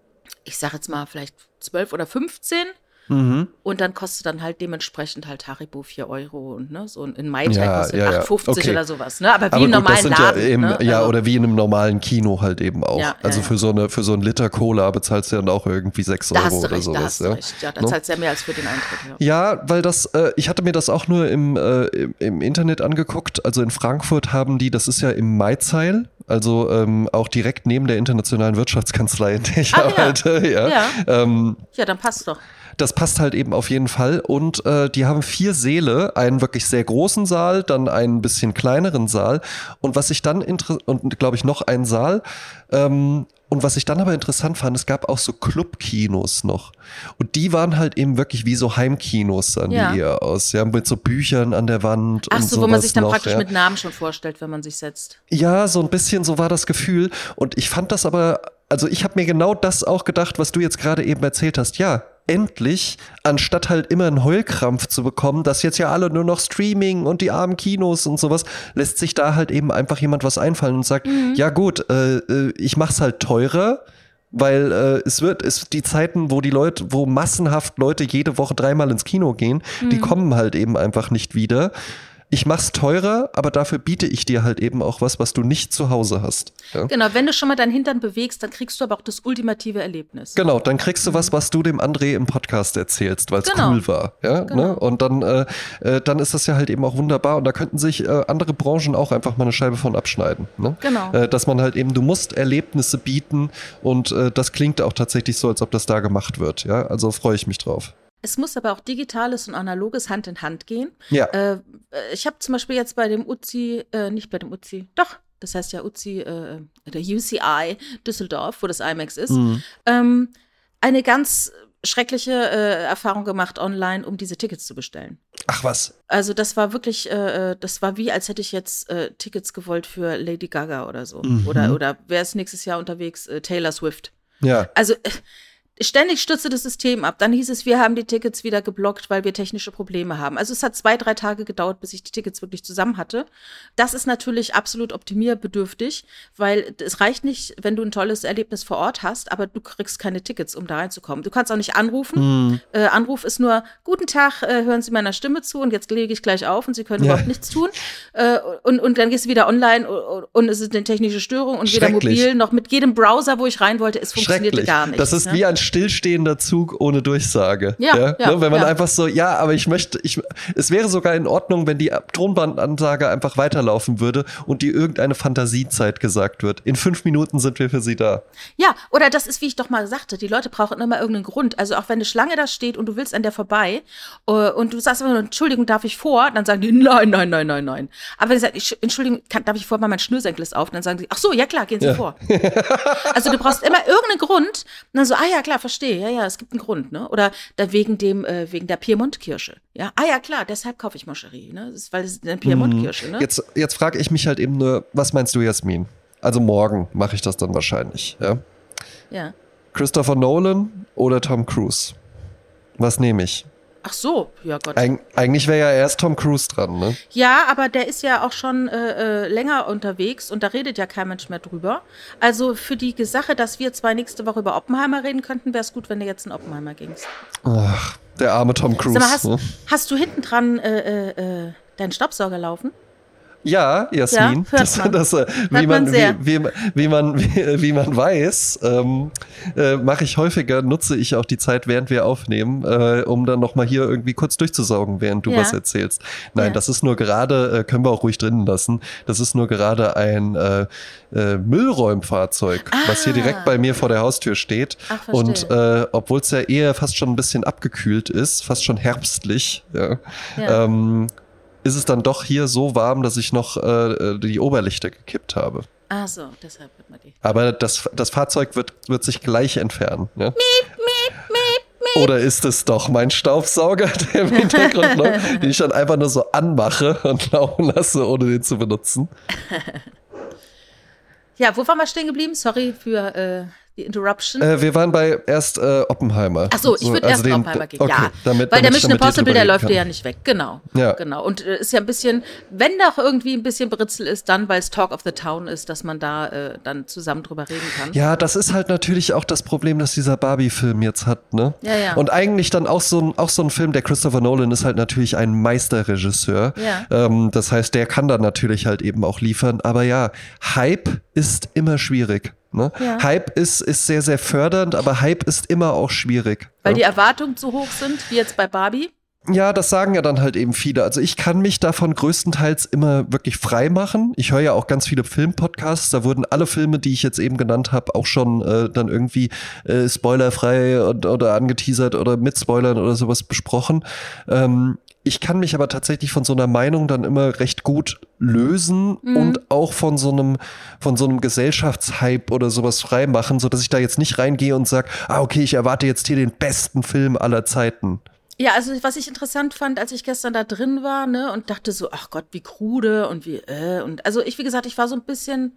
ich sag jetzt mal vielleicht zwölf oder fünfzehn. Mhm. Und dann kostet dann halt dementsprechend halt Haribo vier Euro und ne, so in Mai Tai Ja, kostet ja, ja. acht fünfzig Okay. oder sowas, ne? Aber wie Aber im gut, das normalen sind Laden. ja, eben, ne? ja Also, oder wie in einem normalen Kino halt eben auch. Ja, ja, also ja. für so eine für so einen Liter Cola bezahlst du dann auch irgendwie sechs da Euro hast du oder recht, da sowas. hast du ja. recht. Ja, da Ne? zahlst du ja mehr als für den Eintritt. Ja. Ja, weil das, äh, ich hatte mir das auch nur im, äh, im, im Internet angeguckt. Also in Frankfurt haben die, das ist ja im Maizeil, also ähm, auch direkt neben der internationalen Wirtschaftskanzlei, in der ich Ach ja. arbeite. Ja. Ja. Ähm, Ja, dann passt doch. das passt halt eben auf jeden Fall. Und äh, die haben vier Säle, einen wirklich sehr großen Saal, dann einen bisschen kleineren Saal. Und was ich dann inter- und glaube ich noch einen Saal. Ähm, und was ich dann aber interessant fand, es gab auch so Clubkinos noch. Und die waren halt eben wirklich wie so Heimkinos, sahen Ja. die eher aus. Ja, mit so Büchern an der Wand. Ach und so, wo man sowas sich dann noch, praktisch ja. mit Namen schon vorstellt, wenn man sich setzt. Ja, so ein bisschen so war das Gefühl. Und ich fand das aber, also ich habe mir genau das auch gedacht, was du jetzt gerade eben erzählt hast. Ja, endlich, anstatt halt immer einen Heulkrampf zu bekommen, dass jetzt ja alle nur noch Streaming und die armen Kinos und sowas, lässt sich da halt eben einfach jemand was einfallen und sagt, ja gut, äh, äh, ich mach's halt teurer, weil äh, es wird, es die Zeiten, wo die Leute, wo massenhaft Leute jede Woche dreimal ins Kino gehen, die kommen halt eben einfach nicht wieder. Ich mach's teurer, aber dafür biete ich dir halt eben auch was, was du nicht zu Hause hast. Ja? Genau, wenn du schon mal deinen Hintern bewegst, dann kriegst du aber auch das ultimative Erlebnis. Genau, dann kriegst du was, was du dem André im Podcast erzählst, weil es Genau. cool war. Ja, Genau. ne? Und dann, äh, äh, dann ist das ja halt eben auch wunderbar und da könnten sich äh, andere Branchen auch einfach mal eine Scheibe von abschneiden. Ne? Genau. Äh, dass man halt eben, du musst Erlebnisse bieten und äh, das klingt auch tatsächlich so, als ob das da gemacht wird. Ja, also freue ich mich drauf. Es muss aber auch Digitales und Analoges Hand in Hand gehen. Ja. Äh, ich habe zum Beispiel jetzt bei dem U Z I, äh, nicht bei dem U Z I, doch, das heißt ja U Z I, äh, der U C I Düsseldorf, wo das IMAX ist, Mhm. ähm, eine ganz schreckliche äh, Erfahrung gemacht online, um diese Tickets zu bestellen. Ach was. Also das war wirklich, äh, das war wie, als hätte ich jetzt äh, Tickets gewollt für Lady Gaga oder so. Mhm. Oder, oder wer ist nächstes Jahr unterwegs? Äh, Taylor Swift. Ja. Also äh, ständig stürzte das System ab. Dann hieß es, wir haben die Tickets wieder geblockt, weil wir technische Probleme haben. Also es hat zwei, drei Tage gedauert, bis ich die Tickets wirklich zusammen hatte. Das ist natürlich absolut optimierbedürftig, weil es reicht nicht, wenn du ein tolles Erlebnis vor Ort hast, aber du kriegst keine Tickets, um da reinzukommen. Du kannst auch nicht anrufen. Mhm. Äh, Anruf ist nur, guten Tag, äh, hören Sie meiner Stimme zu und jetzt lege ich gleich auf und Sie können Ja. überhaupt nichts tun. Äh, und, und dann gehst du wieder online und, und es ist eine technische Störung und weder Schrecklich. mobil noch mit jedem Browser, wo ich rein wollte, es funktionierte Schrecklich. gar nicht. Das ist ne? wie ein stillstehender Zug ohne Durchsage. Ja, ja, ne? Wenn man ja. einfach so, ja, aber ich möchte, ich, es wäre sogar in Ordnung, wenn die Tonbandansage einfach weiterlaufen würde und die irgendeine Fantasiezeit gesagt wird. In fünf Minuten sind wir für Sie da. Ja, oder das ist, wie ich doch mal sagte, die Leute brauchen immer irgendeinen Grund. Also auch wenn eine Schlange da steht und du willst an der vorbei äh, und du sagst immer, Entschuldigung, darf ich vor? Dann sagen die, nein, nein, nein, nein, nein. Aber wenn sie sagen, ich, Entschuldigung, kann, darf ich vor, weil mein Schnürsenkel ist auf? Dann sagen sie, ach so, ja klar, gehen Sie Ja. vor. Also du brauchst immer irgendeinen Grund. Und dann so, ah ja, klar, verstehe, ja, ja, es gibt einen Grund, ne? Oder da wegen dem, äh, wegen der Piemont-Kirsche. Ja, ah ja, klar, deshalb kaufe ich Moscherie, ne? Das ist, weil es ist eine Piemont-Kirsche, ne? Jetzt, jetzt frage ich mich halt eben nur, was meinst du, Jasmin? Also morgen mache ich das dann wahrscheinlich, ja? Ja. Christopher Nolan oder Tom Cruise? Was nehme ich? Ach so, ja Gott. Eig eigentlich wäre ja erst Tom Cruise dran, ne? Ja, aber der ist ja auch schon äh, äh, länger unterwegs und da redet ja kein Mensch mehr drüber. Also für die Sache, dass wir zwei nächste Woche über Oppenheimer reden könnten, wäre es gut, wenn du jetzt in Oppenheimer gingst. Ach, der arme Tom Cruise. Sag mal, hast, ne? hast du hinten dran äh, äh, deinen Staubsauger laufen? Ja, Jasmin, Ja, hört das, man. das, äh, wie, Hört man, man sehr. wie, wie, wie, man, wie, wie man weiß, ähm, äh, mache ich häufiger, nutze ich auch die Zeit, während wir aufnehmen, äh, um dann nochmal hier irgendwie kurz durchzusaugen, während du Ja. was erzählst. Nein, Ja. das ist nur gerade, äh, können wir auch ruhig drinnen lassen, das ist nur gerade ein äh, äh, Müllräumfahrzeug, Ah. was hier direkt bei mir vor der Haustür steht. Ach, verstehe. Und äh, obwohl es ja eher fast schon ein bisschen abgekühlt ist, fast schon herbstlich, ja, Ja. ähm, ist es dann doch hier so warm, dass ich noch äh, die Oberlichter gekippt habe. Ach so, deshalb wird man die. Aber das, das Fahrzeug wird, wird sich gleich entfernen. Ja? Oder ist es doch mein Staubsauger, der im Hintergrund läuft, den ich dann einfach nur so anmache und laufen lasse, ohne den zu benutzen? Ja, wo waren wir stehen geblieben? Sorry für äh, die Interruption. Äh, wir waren bei erst äh, Oppenheimer. Ach so, ich würde erst den- Oppenheimer gehen. Okay, Ja, damit, weil der damit ich Mission dann mit dir Impossible, drüber der reden läuft kann. dir ja nicht weg. Genau. Ja. Genau. Und äh, ist ja ein bisschen, wenn doch irgendwie ein bisschen Britzel ist, dann, weil es Talk of the Town ist, dass man da äh, dann zusammen drüber reden kann. Ja, das ist halt natürlich auch das Problem, das dieser Barbie-Film jetzt hat, ne? Ja, ja. Und eigentlich dann auch so ein, auch so ein Film, der Christopher Nolan ist halt natürlich ein Meisterregisseur. Ja. Ähm, das heißt, der kann dann natürlich halt eben auch liefern. Aber ja, Hype ist immer schwierig. Ne? Ja. Hype ist, ist sehr, sehr fördernd, aber Hype ist immer auch schwierig. Weil die ja? Erwartungen zu hoch sind, wie jetzt bei Barbie. Ja, das sagen ja dann halt eben viele. Also ich kann mich davon größtenteils immer wirklich frei machen. Ich höre ja auch ganz viele Filmpodcasts. Da wurden alle Filme, die ich jetzt eben genannt habe, auch schon äh, dann irgendwie äh, spoilerfrei und, oder angeteasert oder mit Spoilern oder sowas besprochen. Ähm, ich kann mich aber tatsächlich von so einer Meinung dann immer recht gut lösen Mhm. und auch von so einem von so einem Gesellschaftshype oder sowas frei machen, sodass ich da jetzt nicht reingehe und sage, ah okay, ich erwarte jetzt hier den besten Film aller Zeiten. Ja, also was ich interessant fand, als ich gestern da drin war, ne, und dachte so, ach Gott, wie krude und wie, äh, und also ich, wie gesagt, ich war so ein bisschen,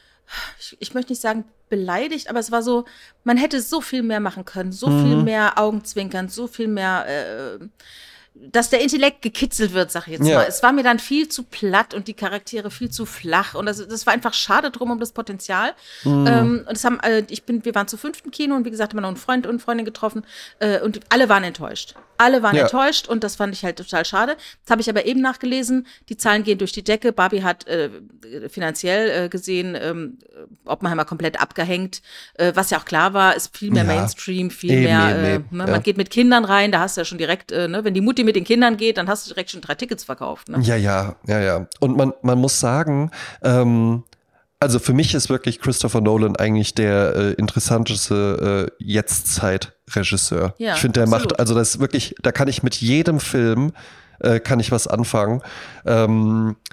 ich, ich möchte nicht sagen beleidigt, aber es war so, man hätte so viel mehr machen können, so Mhm. viel mehr Augenzwinkern, so viel mehr, äh, dass der Intellekt gekitzelt wird, sag ich jetzt Ja. mal. Es war mir dann viel zu platt und die Charaktere viel zu flach und das, das war einfach schade drum um das Potenzial. Mhm. Ähm, und das haben, äh, ich bin, wir waren zu fünften Kino und wie gesagt, haben wir noch einen Freund und Freundin getroffen äh, und alle waren enttäuscht. Alle waren Ja. enttäuscht und das fand ich halt total schade. Das habe ich aber eben nachgelesen. Die Zahlen gehen durch die Decke. Barbie hat äh, finanziell äh, gesehen ähm, Oppenheimer komplett abgehängt. Äh, was ja auch klar war, ist viel mehr Ja. Mainstream, viel Eben, mehr, eben, äh, eben, ne? ja. Man geht mit Kindern rein, da hast du ja schon direkt, äh, ne? Wenn die Mutti mit den Kindern geht, dann hast du direkt schon drei Tickets verkauft. Ne? Ja, ja, ja, ja. Und man, man muss sagen, ähm, also für mich ist wirklich Christopher Nolan eigentlich der äh, interessanteste äh, Jetztzeit-Regisseur. Ja, ich finde, der absolut. macht, also das ist wirklich, da kann ich mit jedem Film, äh, kann ich was anfangen. Ähm,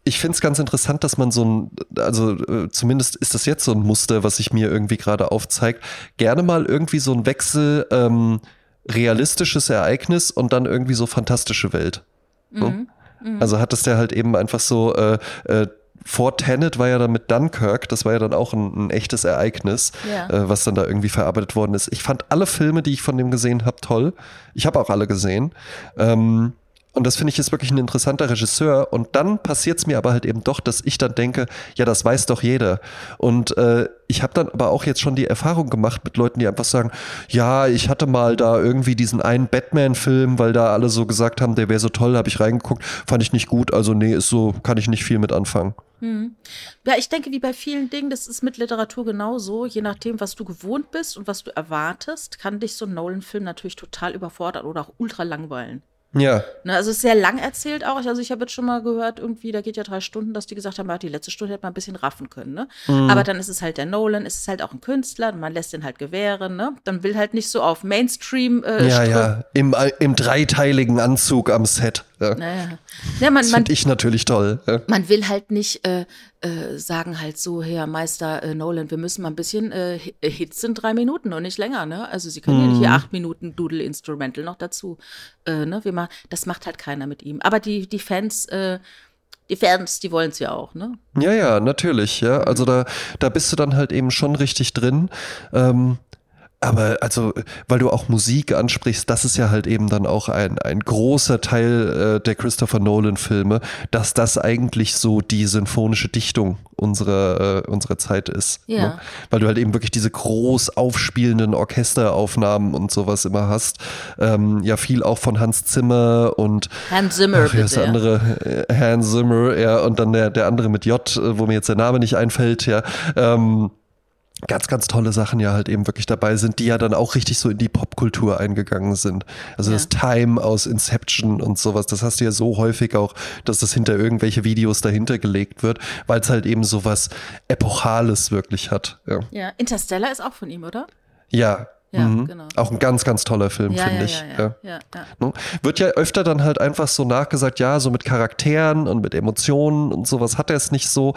ich finde es ganz interessant, dass man so ein, also äh, zumindest ist das jetzt so ein Muster, was sich mir irgendwie gerade aufzeigt, gerne mal irgendwie so ein Wechsel, ähm, realistisches Ereignis und dann irgendwie so fantastische Welt. So? Mhm. Mhm. Also hat es der halt eben einfach so, äh, äh, vor Tenet war ja dann mit Dunkirk, das war ja dann auch ein, ein echtes Ereignis, Ja. äh, was dann da irgendwie verarbeitet worden ist. Ich fand alle Filme, die ich von dem gesehen habe, toll. Ich habe auch alle gesehen. Ähm, Und das finde ich ist wirklich ein interessanter Regisseur. Und dann passiert es mir aber halt eben doch, dass ich dann denke, ja, das weiß doch jeder. Und äh, ich habe dann aber auch jetzt schon die Erfahrung gemacht mit Leuten, die einfach sagen, ja, ich hatte mal da irgendwie diesen einen Batman-Film, weil da alle so gesagt haben, der wäre so toll, habe ich reingeguckt, fand ich nicht gut. Also nee, ist so, kann ich nicht viel mit anfangen. Hm. Ja, ich denke, wie bei vielen Dingen, das ist mit Literatur genauso. Je nachdem, was du gewohnt bist und was du erwartest, kann dich so ein Nolan-Film natürlich total überfordern oder auch ultra langweilen. Ja. Ne, also es ist sehr lang erzählt auch. Also ich habe jetzt schon mal gehört, irgendwie, da geht ja drei Stunden, dass die gesagt haben, ja, die letzte Stunde hätte man ein bisschen raffen können. Ne? Mhm. Aber dann ist es halt der Nolan, es ist halt auch ein Künstler, man lässt den halt gewähren. Ne? Dann will halt nicht so auf Mainstream äh, Ja, Strö- ja, im, im dreiteiligen Anzug am Set. Ja. Naja. Ja, man, Das man, finde ich natürlich toll. Ja. man will halt nicht äh, äh, sagen halt so, Herr Meister äh, Nolan, wir müssen mal ein bisschen, äh, Hits sind drei Minuten und nicht länger, ne? Also sie können ja nicht hier acht Minuten Doodle-Instrumental noch dazu, äh, ne? Wir ma- das macht halt keiner mit ihm. Aber die, die Fans, äh, die Fans, die wollen es ja auch, ne? Ja, ja, natürlich, ja. Also da, da bist du dann halt eben schon richtig drin. Ähm, aber also, weil du auch Musik ansprichst, das ist ja halt eben dann auch ein, ein großer Teil äh, der Christopher Nolan-Filme, dass das eigentlich so die symphonische Dichtung unserer, äh, unserer Zeit ist. Ja. Ne? Weil du halt eben wirklich diese groß aufspielenden Orchesteraufnahmen und sowas immer hast. Ähm, ja, viel auch von Hans Zimmer und Hans Zimmer, ach, wie heißt der bitte. andere? Äh, Hans Zimmer, ja, und dann der, der andere mit J, äh, wo mir jetzt der Name nicht einfällt, ja. Ähm, ganz, ganz tolle Sachen ja halt eben wirklich dabei sind, die ja dann auch richtig so in die Popkultur eingegangen sind. Also Ja. das Time aus Inception und sowas, das hast du ja so häufig auch, dass das hinter irgendwelche Videos dahinter gelegt wird, weil es halt eben so was Epochales wirklich hat. Ja, Ja, Interstellar ist auch von ihm, oder? ja. Ja, mhm. genau. Auch ein ganz, ganz toller Film, Ja, finde ja, ich. ja, ja, ja, ja. Ne? Wird ja öfter dann halt einfach so nachgesagt, ja, so mit Charakteren und mit Emotionen und sowas hat er es nicht so.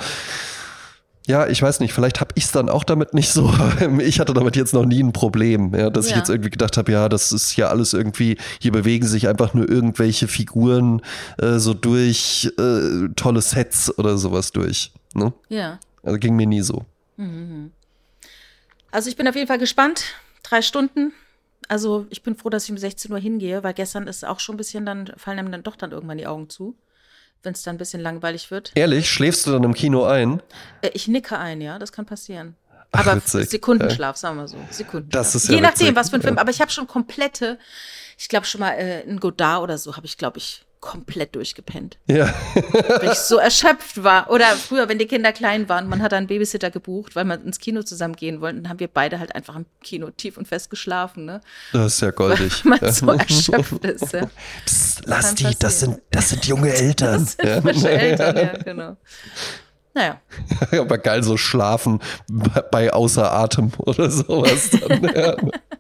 Ja, ich weiß nicht, vielleicht habe ich es dann auch damit nicht so. Ich hatte damit jetzt noch nie ein Problem, ja, dass Ja. ich jetzt irgendwie gedacht habe, ja, das ist ja alles irgendwie, hier bewegen sich einfach nur irgendwelche Figuren äh, so durch äh, tolle Sets oder sowas durch. Ne? Ja. Also ging mir nie so. Also ich bin auf jeden Fall gespannt. Drei Stunden. Also ich bin froh, dass ich um sechzehn Uhr hingehe, weil gestern ist auch schon ein bisschen, dann fallen einem dann doch dann irgendwann die Augen zu, wenn es dann ein bisschen langweilig wird. Ehrlich, schläfst du dann im Kino ein? Äh, ich nicke ein, ja, das kann passieren. Ach, Aber witzig. Sekundenschlaf, sagen wir so. Sekundenschlaf. Das ist ja Je nachdem, witzig, was für ein Film. ja. Aber ich habe schon komplette, ich glaube schon mal äh, ein Godard oder so, habe ich, glaube ich, komplett durchgepennt. Ja. Weil ich so erschöpft war. Oder früher, wenn die Kinder klein waren, man hat einen Babysitter gebucht, weil man ins Kino zusammen gehen wollte, dann haben wir beide halt einfach im Kino tief und fest geschlafen, ne? Das ist ja goldig. Weil man so erschöpft ist, ja. Psst, lass Kann die, das passieren. sind, das sind junge Eltern. Das sind frische Eltern, ja, genau. Naja. Ja. Aber geil, so schlafen bei außer Atem oder sowas. Dann, ja.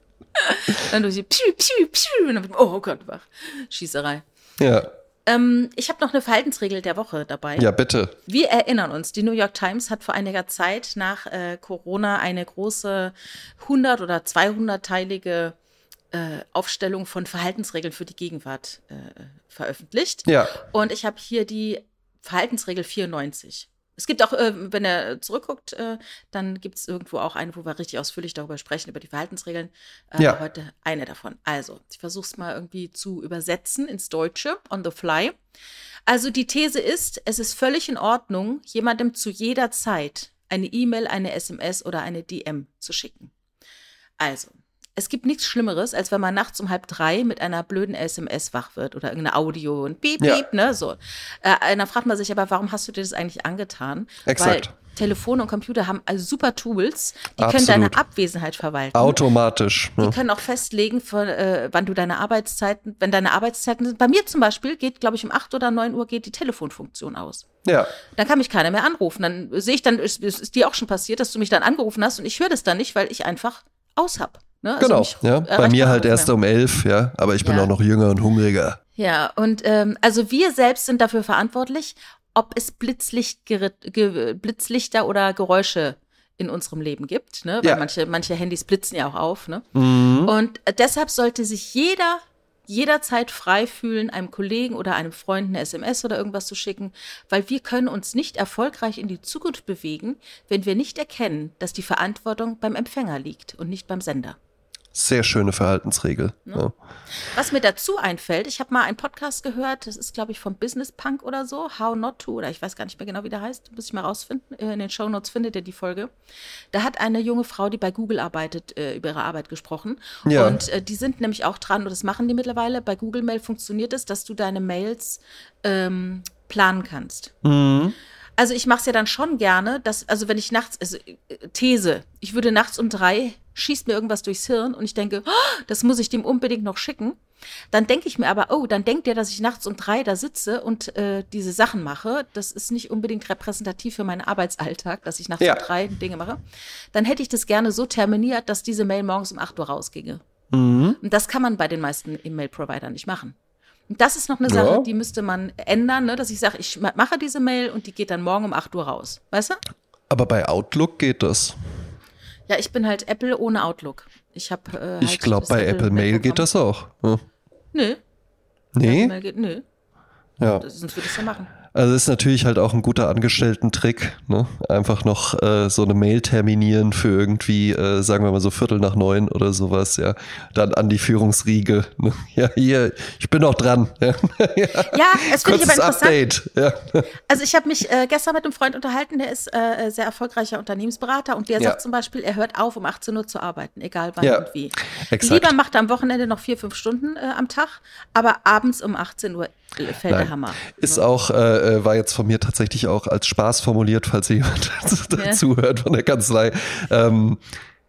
Dann durch die Piu, Piu, Piu. Und dann, oh Gott, wach. Schießerei. Ja. Ähm, ich habe noch eine Verhaltensregel der Woche dabei. Ja, bitte. Wir erinnern uns, die New York Times hat vor einiger Zeit nach äh, Corona eine große hundert- oder zweihundert-teilige äh, Aufstellung von Verhaltensregeln für die Gegenwart äh, veröffentlicht. Ja. Und ich habe hier die Verhaltensregel vierundneunzig. Es gibt auch, äh, wenn er zurückguckt, äh, dann gibt es irgendwo auch eine, wo wir richtig ausführlich darüber sprechen, über die Verhaltensregeln. Äh, Ja. Heute eine davon. Also, ich versuche es mal irgendwie zu übersetzen ins Deutsche, on the fly. Also, die These ist, es ist völlig in Ordnung, jemandem zu jeder Zeit eine E-Mail, eine S M S oder eine D M zu schicken. Also, es gibt nichts Schlimmeres, als wenn man nachts um halb drei mit einer blöden S M S wach wird oder irgendeine Audio und piep, Ja. piep, ne, so. Äh, dann fragt man sich aber, warum hast du dir das eigentlich angetan? Exakt. Weil Telefon und Computer haben also super Tools, die können Absolut. deine Abwesenheit verwalten. Automatisch. Die Ne? können auch festlegen, von, äh, wann du deine Arbeitszeiten, wenn deine Arbeitszeiten sind. Bei mir zum Beispiel geht, glaube ich, um acht oder neun Uhr geht die Telefonfunktion aus. Ja. Dann kann mich keiner mehr anrufen. Dann sehe ich dann, ist, ist dir auch schon passiert, dass du mich dann angerufen hast und ich höre das dann nicht, weil ich einfach aus hab. Ne? Also Genau. mich Ja. Bei erreicht mir man halt nicht erst mehr. um elf, ja. Aber ich bin Ja. auch noch jünger und hungriger. Ja, und ähm, also wir selbst sind dafür verantwortlich, ob es Blitzlicht, ge, Blitzlichter oder Geräusche in unserem Leben gibt, ne? Weil ja. manche, manche Handys blitzen ja auch auf, ne? Mhm. Und deshalb sollte sich jeder jederzeit frei fühlen, einem Kollegen oder einem Freund eine S M S oder irgendwas zu schicken, weil wir können uns nicht erfolgreich in die Zukunft bewegen, wenn wir nicht erkennen, dass die Verantwortung beim Empfänger liegt und nicht beim Sender. Sehr schöne Verhaltensregel. Ja. Ja. Was mir dazu einfällt, ich habe mal einen Podcast gehört, das ist, glaube ich, vom Business Punk oder so, How Not To, oder ich weiß gar nicht mehr genau, wie der heißt, muss ich mal rausfinden, in den Shownotes findet ihr die Folge. Da hat eine junge Frau, die bei Google arbeitet, über ihre Arbeit gesprochen. Ja. Und äh, die sind nämlich auch dran, und das machen die mittlerweile, bei Google Mail funktioniert es, dass du deine Mails ähm, planen kannst. Mhm. Also ich mache es ja dann schon gerne, dass, also wenn ich nachts, also These, ich würde nachts um drei, schießt mir irgendwas durchs Hirn und ich denke, oh, das muss ich dem unbedingt noch schicken. Dann denke ich mir aber, oh, dann denkt der, dass ich nachts um drei da sitze und äh, diese Sachen mache. Das ist nicht unbedingt repräsentativ für meinen Arbeitsalltag, dass ich nachts ja. um drei Dinge mache. Dann hätte ich das gerne so terminiert, dass diese Mail morgens um acht Uhr rausginge. Mhm. Und das kann man bei den meisten E-Mail-Providern nicht machen. Und das ist noch eine Sache, ja. die müsste man ändern, ne? Dass ich sage, ich mache diese Mail und die geht dann morgen um acht Uhr raus. Weißt du? Aber bei Outlook geht das. Ja, ich bin halt Apple ohne Outlook. Ich habe äh, halt Ich glaube, bei Apple, Apple Mail geht das auch. Ja. Nö. Nee? Apple Mail geht, nö. Ja. Das, sonst würde ich es ja machen. Also ist natürlich halt auch ein guter Angestellten-Trick, ne? Einfach noch äh, so eine Mail terminieren für irgendwie, äh, sagen wir mal so Viertel nach neun oder sowas, ja. Dann an die Führungsriege. Ne? Ja, hier, ich bin noch dran. Ja, ja es finde ich aber interessant. Update. Ja. Also ich habe mich äh, gestern mit einem Freund unterhalten, der ist äh, sehr erfolgreicher Unternehmensberater und der ja. sagt zum Beispiel, er hört auf, um achtzehn Uhr zu arbeiten, egal wann ja, und wie. Exakt. Lieber macht er am Wochenende noch vier, fünf Stunden äh, am Tag, aber abends um achtzehn Uhr fällt Nein. der Hammer. Ist auch, äh, war jetzt von mir tatsächlich auch als Spaß formuliert, falls jemand dazu ja. hört von der Kanzlei. Ähm,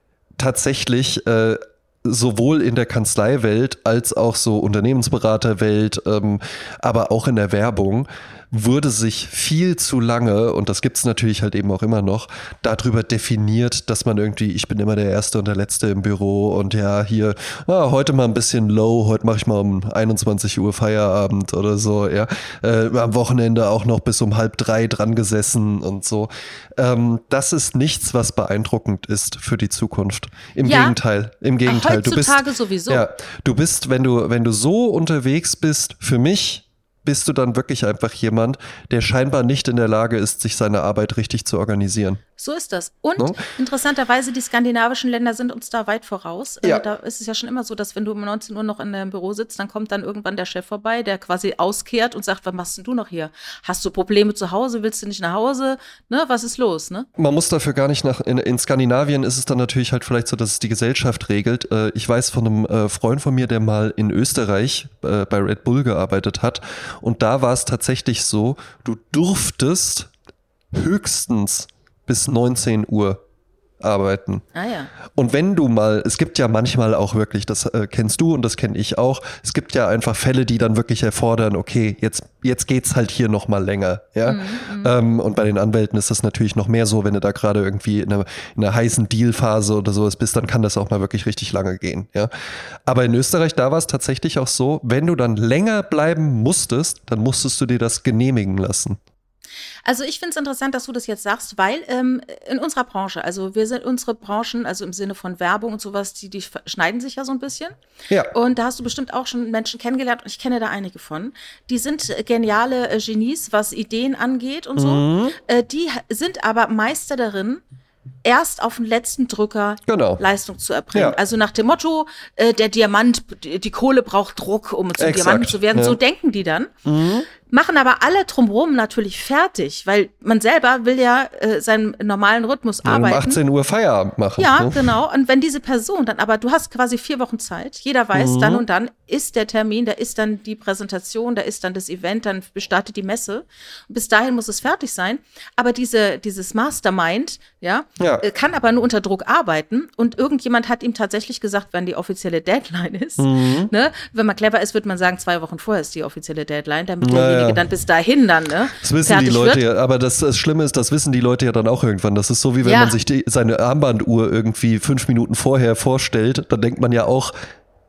tatsächlich äh, sowohl in der Kanzleiwelt als auch so Unternehmensberaterwelt, ähm, aber auch in der Werbung wurde sich viel zu lange, und das gibt's natürlich halt eben auch immer noch, darüber definiert, dass man irgendwie, ich bin immer der Erste und der Letzte im Büro und ja, hier, ah, heute mal ein bisschen low, heute mache ich mal um einundzwanzig Uhr Feierabend oder so, ja, äh, am Wochenende auch noch bis um halb drei dran gesessen und so. Ähm, das ist nichts, was beeindruckend ist für die Zukunft. Im ja, Gegenteil, im Gegenteil. Heutzutage du bist, sowieso. Ja, du bist, wenn du, wenn du so unterwegs bist, für mich, bist du dann wirklich einfach jemand, der scheinbar nicht in der Lage ist, sich seine Arbeit richtig zu organisieren. So ist das. Und no? interessanterweise, die skandinavischen Länder sind uns da weit voraus. Ja. Äh, da ist es ja schon immer so, dass wenn du um neunzehn Uhr noch in einem Büro sitzt, dann kommt dann irgendwann der Chef vorbei, der quasi auskehrt und sagt, was machst denn du noch hier? Hast du Probleme zu Hause? Willst du nicht nach Hause? Ne? Was ist los? Ne? Man muss dafür gar nicht nach, in, in Skandinavien ist es dann natürlich halt vielleicht so, dass es die Gesellschaft regelt. Äh, ich weiß von einem äh, Freund von mir, der mal in Österreich äh, bei Red Bull gearbeitet hat, und da war es tatsächlich so, du durftest höchstens bis neunzehn Uhr arbeiten. Ah ja. Und wenn du mal, es gibt ja manchmal auch wirklich, das äh, kennst du und das kenne ich auch, es gibt ja einfach Fälle, die dann wirklich erfordern, okay, jetzt, jetzt geht's halt hier noch mal länger. Ja? Mhm, ähm, und bei den Anwälten ist das natürlich noch mehr so, wenn du da gerade irgendwie in einer, in einer heißen Dealphase oder sowas bist, dann kann das auch mal wirklich richtig lange gehen. Ja? Aber in Österreich, da war es tatsächlich auch so, wenn du dann länger bleiben musstest, dann musstest du dir das genehmigen lassen. Also ich finde es interessant, dass du das jetzt sagst, weil ähm, in unserer Branche, also wir sind unsere Branchen, also im Sinne von Werbung und sowas, die, die schneiden sich ja so ein bisschen. Ja. Und da hast du bestimmt auch schon Menschen kennengelernt, und ich kenne da einige von. Die sind geniale äh, Genies, was Ideen angeht und so. Mhm. Äh, die sind aber Meister darin, erst auf den letzten Drücker genau. Leistung zu erbringen. Ja. Also nach dem Motto, äh, der Diamant, die, die Kohle braucht Druck, um zum Exakt. Diamanten zu werden. Ja. So denken die dann. Mhm. Machen aber alle drumherum natürlich fertig, weil man selber will ja äh, seinen normalen Rhythmus ja, arbeiten. Um achtzehn Uhr Feierabend machen. Ja, ne? genau. Und wenn diese Person dann, aber du hast quasi vier Wochen Zeit, jeder weiß, mhm. dann und dann ist der Termin, da ist dann die Präsentation, da ist dann das Event, dann startet die Messe. Und bis dahin muss es fertig sein. Aber diese, dieses Mastermind, ja, ja. Äh, kann aber nur unter Druck arbeiten. Und irgendjemand hat ihm tatsächlich gesagt, wann die offizielle Deadline ist. Mhm. Ne? Wenn man clever ist, wird man sagen, zwei Wochen vorher ist die offizielle Deadline, damit derjenige ja. dann bis dahin dann, ne? Das wissen die Leute ja, aber das, das Schlimme ist, das wissen die Leute ja dann auch irgendwann. Das ist so, wie wenn ja. man sich die, seine Armbanduhr irgendwie fünf Minuten vorher vorstellt, dann denkt man ja auch,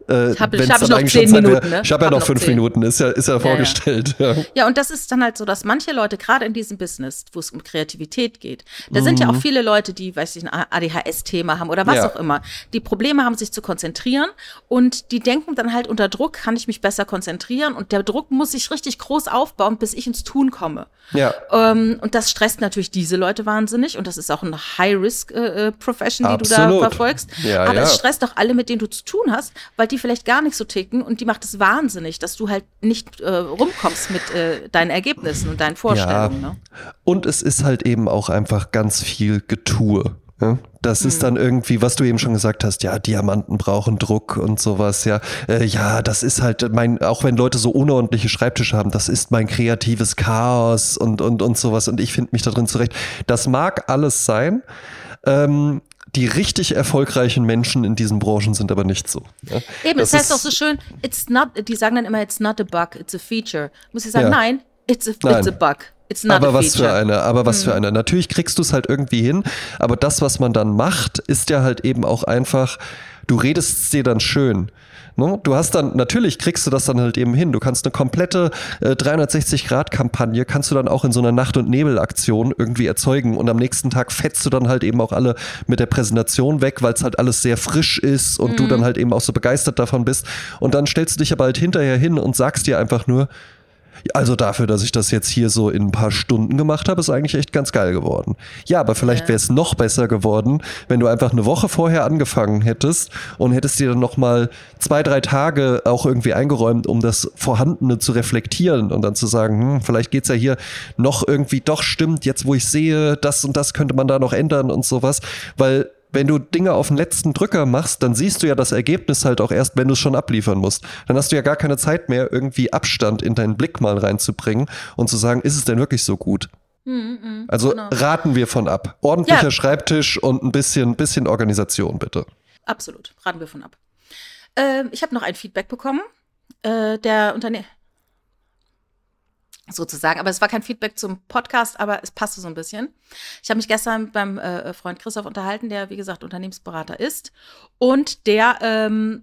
Äh, ich habe hab noch zehn Minuten, ne? Ich habe ja noch fünf Minuten, ist ja, ist ja vorgestellt. Ja, ja. Ja. ja, und das ist dann halt so, dass manche Leute, gerade in diesem Business, wo es um Kreativität geht, da mhm. sind ja auch viele Leute, die, weiß ich, ein A D H S-Thema haben oder was ja. auch immer, die Probleme haben, sich zu konzentrieren und die denken dann halt, unter Druck kann ich mich besser konzentrieren und der Druck muss sich richtig groß aufbauen, bis ich ins Tun komme. Ja. Ähm, und das stresst natürlich diese Leute wahnsinnig und das ist auch eine High-Risk-Profession, äh, die Absolut. du da verfolgst. Ja, aber ja. es stresst auch alle, mit denen du zu tun hast, weil die vielleicht gar nicht so ticken und die macht es wahnsinnig, dass du halt nicht äh, rumkommst mit äh, deinen Ergebnissen und deinen Vorstellungen. Ja. Ne? Und es ist halt eben auch einfach ganz viel Getue. Ja? Das ist dann irgendwie, was du eben schon gesagt hast, ja, Diamanten brauchen Druck und sowas, ja. Äh, ja, das ist halt mein, auch wenn Leute so unordentliche Schreibtische haben, das ist mein kreatives Chaos und, und, und sowas und ich finde mich da drin zurecht. Das mag alles sein. Ähm, Die richtig erfolgreichen Menschen in diesen Branchen sind aber nicht so. Ja? Eben, das es heißt auch so schön, it's not, die sagen dann immer, it's not a bug, it's a feature. Muss ich sagen, ja. nein, it's a, nein. it's a bug. It's not aber a was feature. für eine, aber was hm. für eine. Natürlich kriegst du es halt irgendwie hin, aber das, was man dann macht, ist ja halt eben auch einfach, du redest es dir dann schön. Du hast dann, natürlich kriegst du das dann halt eben hin. Du kannst eine komplette äh, dreihundertsechzig-Grad-Kampagne kannst du dann auch in so einer Nacht- und Nebel-Aktion irgendwie erzeugen und am nächsten Tag fetzt du dann halt eben auch alle mit der Präsentation weg, weil es halt alles sehr frisch ist und mhm. du dann halt eben auch so begeistert davon bist. Und dann stellst du dich aber halt hinterher hin und sagst dir einfach nur, also dafür, dass ich das jetzt hier so in ein paar Stunden gemacht habe, ist eigentlich echt ganz geil geworden. Ja, aber vielleicht wäre es noch besser geworden, wenn du einfach eine Woche vorher angefangen hättest und hättest dir dann nochmal zwei, drei Tage auch irgendwie eingeräumt, um das Vorhandene zu reflektieren und dann zu sagen, hm, vielleicht geht's ja hier noch irgendwie, doch stimmt, jetzt wo ich sehe, das und das könnte man da noch ändern und sowas, weil wenn du Dinge auf den letzten Drücker machst, dann siehst du ja das Ergebnis halt auch erst, wenn du es schon abliefern musst. Dann hast du ja gar keine Zeit mehr, irgendwie Abstand in deinen Blick mal reinzubringen und zu sagen, ist es denn wirklich so gut? Mm-mm, also genau. raten wir von ab. Ordentlicher ja. Schreibtisch und ein bisschen, bisschen Organisation, bitte. Absolut, raten wir von ab. Äh, ich habe noch ein Feedback bekommen. Äh, der Unternehmer sozusagen, aber es war kein Feedback zum Podcast, aber es passte so ein bisschen. Ich habe mich gestern beim äh, Freund Christoph unterhalten, der, wie gesagt, Unternehmensberater ist und der ähm,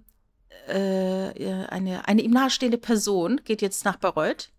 äh, eine, eine ihm nahestehende Person geht jetzt nach Bayreuth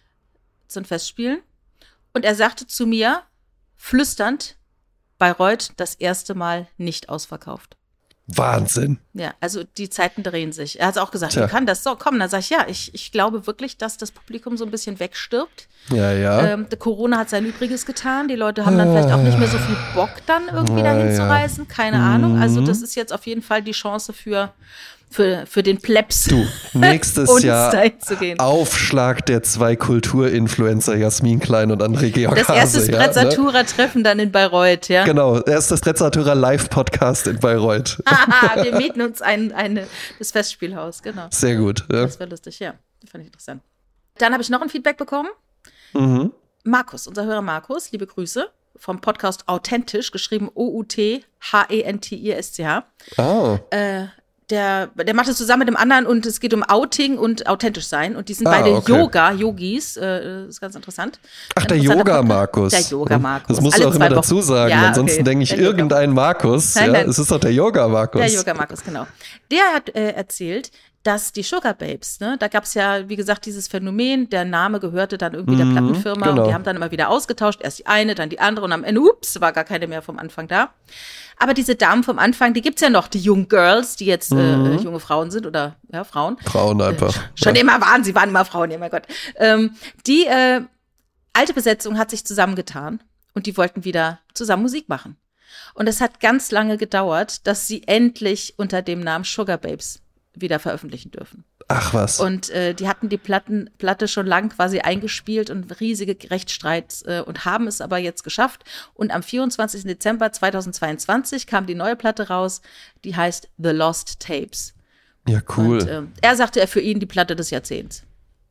zum Festspielen und er sagte zu mir, flüsternd, Bayreuth das erste Mal nicht ausverkauft. Wahnsinn. Ja, also die Zeiten drehen sich. Er hat auch gesagt, Tja. wie kann das so kommen? Dann sage ich, ja, ich, ich glaube wirklich, dass das Publikum so ein bisschen wegstirbt. Ja, ja. Ähm, Corona hat sein Übriges getan. Die Leute haben dann vielleicht auch nicht mehr so viel Bock, dann irgendwie Ja, dahin zu ja. reisen. Keine Ahnung. Also das ist jetzt auf jeden Fall die Chance für, für, für den Plebs, Du, nächstes uns Jahr dahin zu gehen. Aufschlag der zwei Kulturinfluencer Jasmin Klein und André Georg Das erste Hase, ja, ne? Sprezzatura-Treffen dann in Bayreuth, ja? Genau, erstes Sprezzatura Live-Podcast in Bayreuth. Haha, wir mieten uns ein, eine, das Festspielhaus, genau. Sehr gut. Ja. Das wäre lustig, ja. Das fand ich interessant. Dann habe ich noch ein Feedback bekommen. Mhm. Markus, unser Hörer Markus, liebe Grüße, vom Podcast Authentisch, geschrieben O U T H E N T I S C H. Ah. Äh, der, der macht es zusammen mit dem anderen und es geht um Outing und authentisch sein. Und die sind Ah, beide okay. Yoga-Yogis. Äh, das ist ganz interessant. Ach, der Interessanter Yoga-Markus. Der Yoga-Markus. Das musst Alle du auch zwei immer dazu Wochen. sagen, Ja, ansonsten okay. denke ich Der irgendein Markus. Nein, ja, nein. es ist doch der Yoga-Markus. Der Yoga-Markus, genau. Der hat äh, erzählt, dass die Sugar Babes, ne, da gab es ja, wie gesagt, dieses Phänomen, der Name gehörte dann irgendwie der Mhm, Plattenfirma genau. und die haben dann immer wieder ausgetauscht, erst die eine, dann die andere und am Ende, ups, war gar keine mehr vom Anfang da. Aber diese Damen vom Anfang, die gibt's ja noch, die Young Girls, die jetzt Mhm. äh, junge Frauen sind oder ja, Frauen. Frauen einfach. Äh, schon ja. immer waren, sie waren immer Frauen, ja mein Gott. Ähm, die äh, alte Besetzung hat sich zusammengetan und die wollten wieder zusammen Musik machen. Und es hat ganz lange gedauert, dass sie endlich unter dem Namen Sugar Babes wieder veröffentlichen dürfen. Ach was. Und äh, die hatten die Platten, Platte schon lang quasi eingespielt und riesige Rechtsstreits äh, und haben es aber jetzt geschafft. Und am vierundzwanzigsten Dezember zweitausendzweiundzwanzig kam die neue Platte raus, die heißt The Lost Tapes. Ja, cool. Und, äh, er sagte, er für ihn die Platte des Jahrzehnts.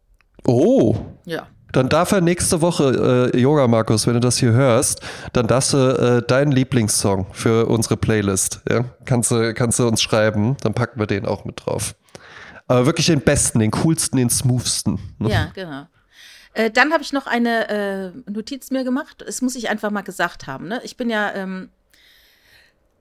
Oh. Ja. Dann darf er nächste Woche, äh, Yoga Markus, wenn du das hier hörst, dann darfst du äh, deinen Lieblingssong für unsere Playlist, ja? Kannst du, kannst du uns schreiben, dann packen wir den auch mit drauf. Aber wirklich den besten, den coolsten, den smoothsten. Ne? Ja, genau. Äh, dann habe ich noch eine äh, Notiz mir gemacht. Das muss ich einfach mal gesagt haben. Ne? Ich bin ja, ähm,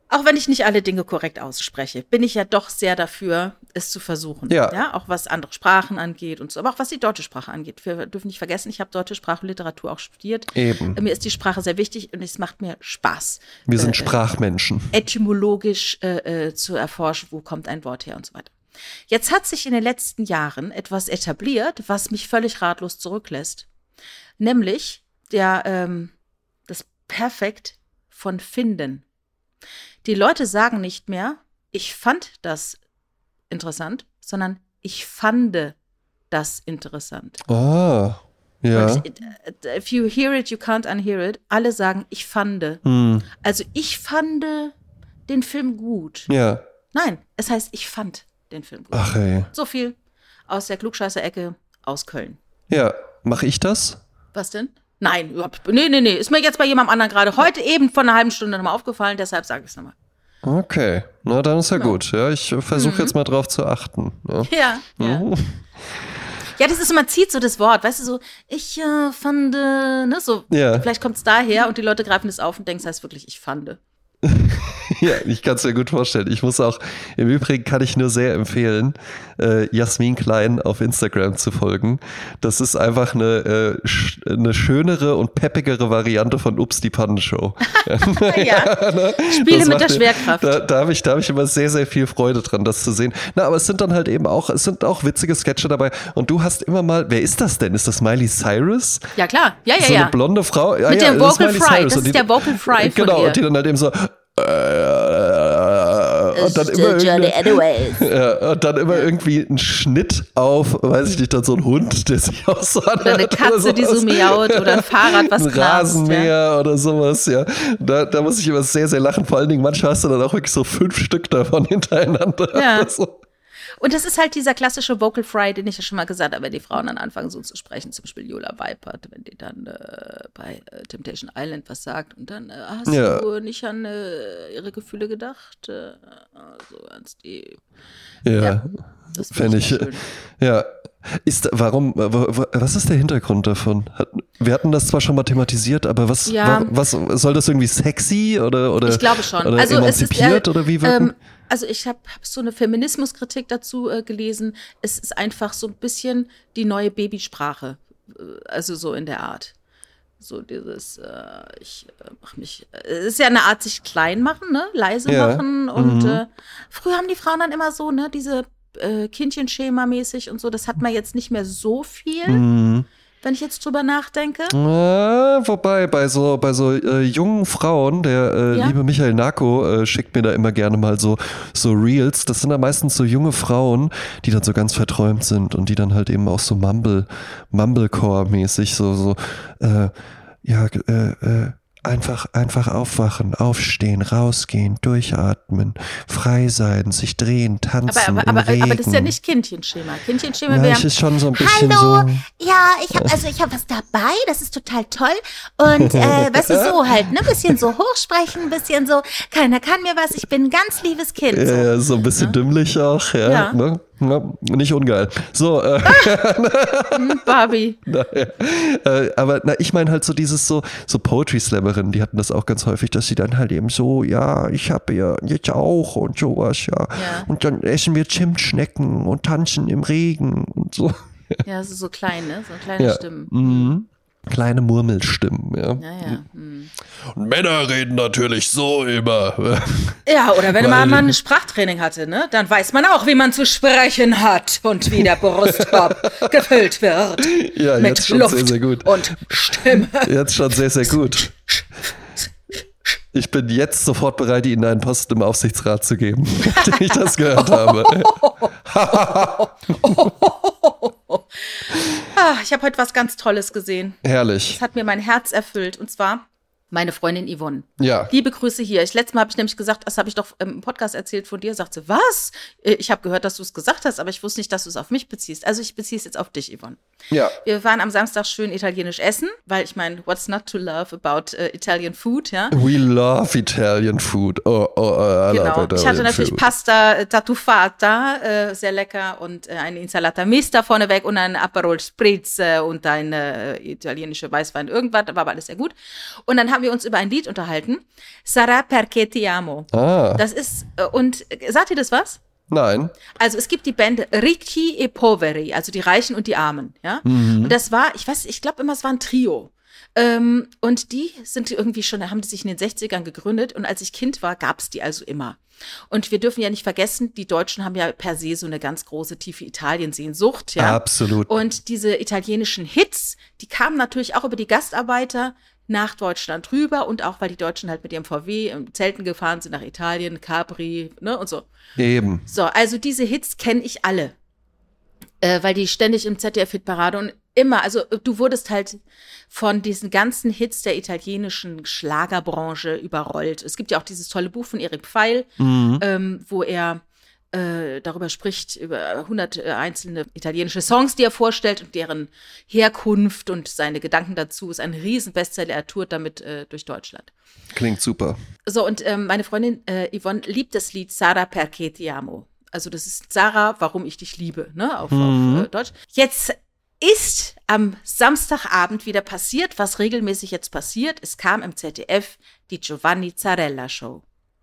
Auch wenn ich nicht alle Dinge korrekt ausspreche, bin ich ja doch sehr dafür, es zu versuchen. Ja. ja. Auch was andere Sprachen angeht und so, aber auch was die deutsche Sprache angeht. Wir dürfen nicht vergessen, ich habe deutsche Sprache und Literatur auch studiert. Eben. Mir ist die Sprache sehr wichtig und es macht mir Spaß. Wir sind äh, Sprachmenschen. Etymologisch äh, äh, zu erforschen, wo kommt ein Wort her und so weiter. Jetzt hat sich in den letzten Jahren etwas etabliert, was mich völlig ratlos zurücklässt. Nämlich der, ähm, das Perfekt von finden. Die Leute sagen nicht mehr, ich fand das interessant, sondern ich fand das interessant. Ah, ja. Und if you hear it, you can't unhear it. Alle sagen, ich fand. Hm. Also ich fand den Film gut. Ja. Nein, es heißt, ich fand den Film gut. Ach ey. So viel aus der Klugscheißer-Ecke aus Köln. Ja, mache ich das? Was denn? Nein, überhaupt. Nee, nee, nee. Ist mir jetzt bei jemandem anderen gerade heute eben vor einer halben Stunde nochmal aufgefallen, deshalb sage ich es nochmal. Okay, na dann ist ja, ja. gut. Ja, ich versuche mhm. jetzt mal drauf zu achten. Ja, ja. ja. Mhm. Ja, das ist, man zieht so das Wort, weißt du, so, ich äh, fand, äh, ne, so, ja. vielleicht kommt es daher und die Leute greifen das auf und denken, es heißt wirklich, ich fand. Ja, ich kann es mir gut vorstellen. Ich muss auch, im Übrigen kann ich nur sehr empfehlen, äh, Jasmin Klein auf Instagram zu folgen. Das ist einfach eine, äh, sch- eine schönere und peppigere Variante von Ups, die Pannenshow. ja, ja ne? Spiele das mit der Schwerkraft. Da, da habe ich, da hab ich immer sehr, sehr viel Freude dran, das zu sehen. Na, aber es sind dann halt eben auch, es sind auch witzige Sketche dabei. Und du hast immer mal, wer ist das denn? Ist das Miley Cyrus? Ja, klar. Ja, ja, so ja. eine blonde Frau. Ja, mit ja, dem Vocal das Fry. Das und ist die, der Vocal Fry von Genau, ihr. und die dann halt eben so und dann, immer ja, und dann immer irgendwie ein Schnitt auf, weiß ich nicht, dann so ein Hund, der sich auch so anhört. Oder eine Katze, oder die so miaut oder ein Fahrrad, was ein knarzt. Rasenmäher ja. oder sowas, ja. Da, da muss ich immer sehr, sehr lachen. Vor allen Dingen, manchmal hast du dann auch wirklich so fünf Stück davon hintereinander. Ja. So. Und das ist halt dieser klassische Vocal Fry, den ich ja schon mal gesagt habe, wenn die Frauen dann anfangen so zu sprechen, zum Beispiel Yola Weipert, wenn die dann äh, bei äh, Temptation Island was sagt und dann, äh, hast ja. du nicht an äh, ihre Gefühle gedacht? Äh, also ans die. Ja, ja das fände ich, schön. ja. Ist, warum, was ist der Hintergrund davon? Wir hatten das zwar schon mal thematisiert, aber was, ja. was soll das irgendwie sexy oder, oder, ich glaube schon. oder also emanzipiert es ist, äh, oder wie wirken? Ähm, also ich habe hab so eine Feminismuskritik dazu äh, gelesen. Es ist einfach so ein bisschen die neue Babysprache, äh, also so in der Art. So dieses, äh, ich äh, mach mich, äh, es ist ja eine Art sich klein machen, ne, leise ja. machen und mhm. äh, früher haben die Frauen dann immer so, ne, diese äh, Kindchenschema-mäßig und so, das hat man jetzt nicht mehr so viel. Mhm. Wenn ich jetzt drüber nachdenke. Ah, wobei, bei so, bei so äh, jungen Frauen, der äh, ja? liebe Michael Nako äh, schickt mir da immer gerne mal so, so Reels. Das sind dann meistens so junge Frauen, die dann so ganz verträumt sind und die dann halt eben auch so Mumble, Mumblecore-mäßig so, so, äh, ja, äh, äh, Einfach, einfach aufwachen, aufstehen, rausgehen, durchatmen, frei sein, sich drehen, tanzen aber, aber, im aber, Regen. aber das ist ja nicht Kindchenschema. Kindchenschema ja, wäre. es ist schon so ein bisschen Hallo, so. ja, ich habe also ich habe was dabei, das ist total toll und äh, weißt du, so halt, ne, bisschen so hochsprechen, bisschen so, keiner kann mir was, ich bin ein ganz liebes Kind. So, Ja, so ein bisschen ja. dümmlich auch, ja. Ja. Ne? Ja, nicht ungeil. So, äh, Barbie. na, ja. äh, aber na, ich meine halt so dieses so, so Poetry-Slammerinnen, die hatten das auch ganz häufig, dass sie dann halt eben so, ja, ich habe ja jetzt auch und sowas, ja. Ja. Und dann essen wir Zimtschnecken und tanzen im Regen und so. Ja, so, so klein, ne? So kleine Ja. Stimmen. Mhm. Kleine Murmelstimmen, ja. Ja, ja. Hm. Und Männer reden natürlich so immer. Ja, oder wenn Weil- man mal ein Sprachtraining hatte, ne? Dann weiß man auch, wie man zu sprechen hat und wie der Brustkorb gefüllt wird. Ja, mit jetzt schon Luft sehr, sehr gut. und Stimme. Jetzt schon sehr, sehr gut. Ich bin jetzt sofort bereit, Ihnen einen Posten im Aufsichtsrat zu geben, nachdem ich das gehört habe. Ah, ich habe heute was ganz Tolles gesehen. Herrlich. Das hat mir mein Herz erfüllt. Und zwar meine Freundin Yvonne. Ja. Liebe Grüße hier. Ich, letztes Mal habe ich nämlich gesagt, das habe ich doch im Podcast erzählt von dir. Sagt sie, was? Ich habe gehört, dass du es gesagt hast, aber ich wusste nicht, dass du es auf mich beziehst. Also ich beziehe es jetzt auf dich, Yvonne. Ja. Wir waren am Samstag schön italienisch essen, weil ich meine, what's not to love about uh, Italian food, ja? We love Italian food. Oh, oh, oh, I genau. love Italian Ich hatte natürlich food. Pasta äh, tartufata, äh, sehr lecker, und äh, eine Insalata Mista vorneweg und ein Aperol Spritz äh, und eine äh, italienische Weißwein, irgendwas, war aber alles sehr gut. Und dann haben wir uns über ein Lied unterhalten, Sarà perché ti amo. Ah, Das ist, äh, und äh, sagt ihr das was? nein. Also es gibt die Band Ricchi e Poveri, also die Reichen und die Armen, ja. Mhm. Und das war, ich weiß, ich glaube immer, es war ein Trio. Ähm, und die sind irgendwie schon, haben die sich in den sechzigern gegründet, und als ich Kind war, gab es die also immer. Und wir dürfen ja nicht vergessen, die Deutschen haben ja per se so eine ganz große, tiefe Italiensehnsucht, ja. Absolut. Und diese italienischen Hits, die kamen natürlich auch über die Gastarbeiter nach Deutschland rüber, und auch, weil die Deutschen halt mit ihrem V W im Zelten gefahren sind nach Italien, Capri, ne, und so. Eben. So, also diese Hits kenne ich alle, äh, weil die ständig im Z D F-Hitparade und immer, also du wurdest halt von diesen ganzen Hits der italienischen Schlagerbranche überrollt. Es gibt ja auch dieses tolle Buch von Erik Pfeil, mhm. ähm, wo er äh, darüber spricht, über hundert äh, einzelne italienische Songs, die er vorstellt und deren Herkunft und seine Gedanken dazu. Ist ein riesen Bestseller, er tourt damit äh, durch Deutschland. Klingt super. So, und ähm, meine Freundin äh, Yvonne liebt das Lied Sarà perché ti amo. Also das ist Sarah, warum ich dich liebe, ne, auf, mhm. auf äh, Deutsch. Jetzt ist am Samstagabend wieder passiert, was regelmäßig jetzt passiert. Es kam im Z D F die Giovanni Zarella Show.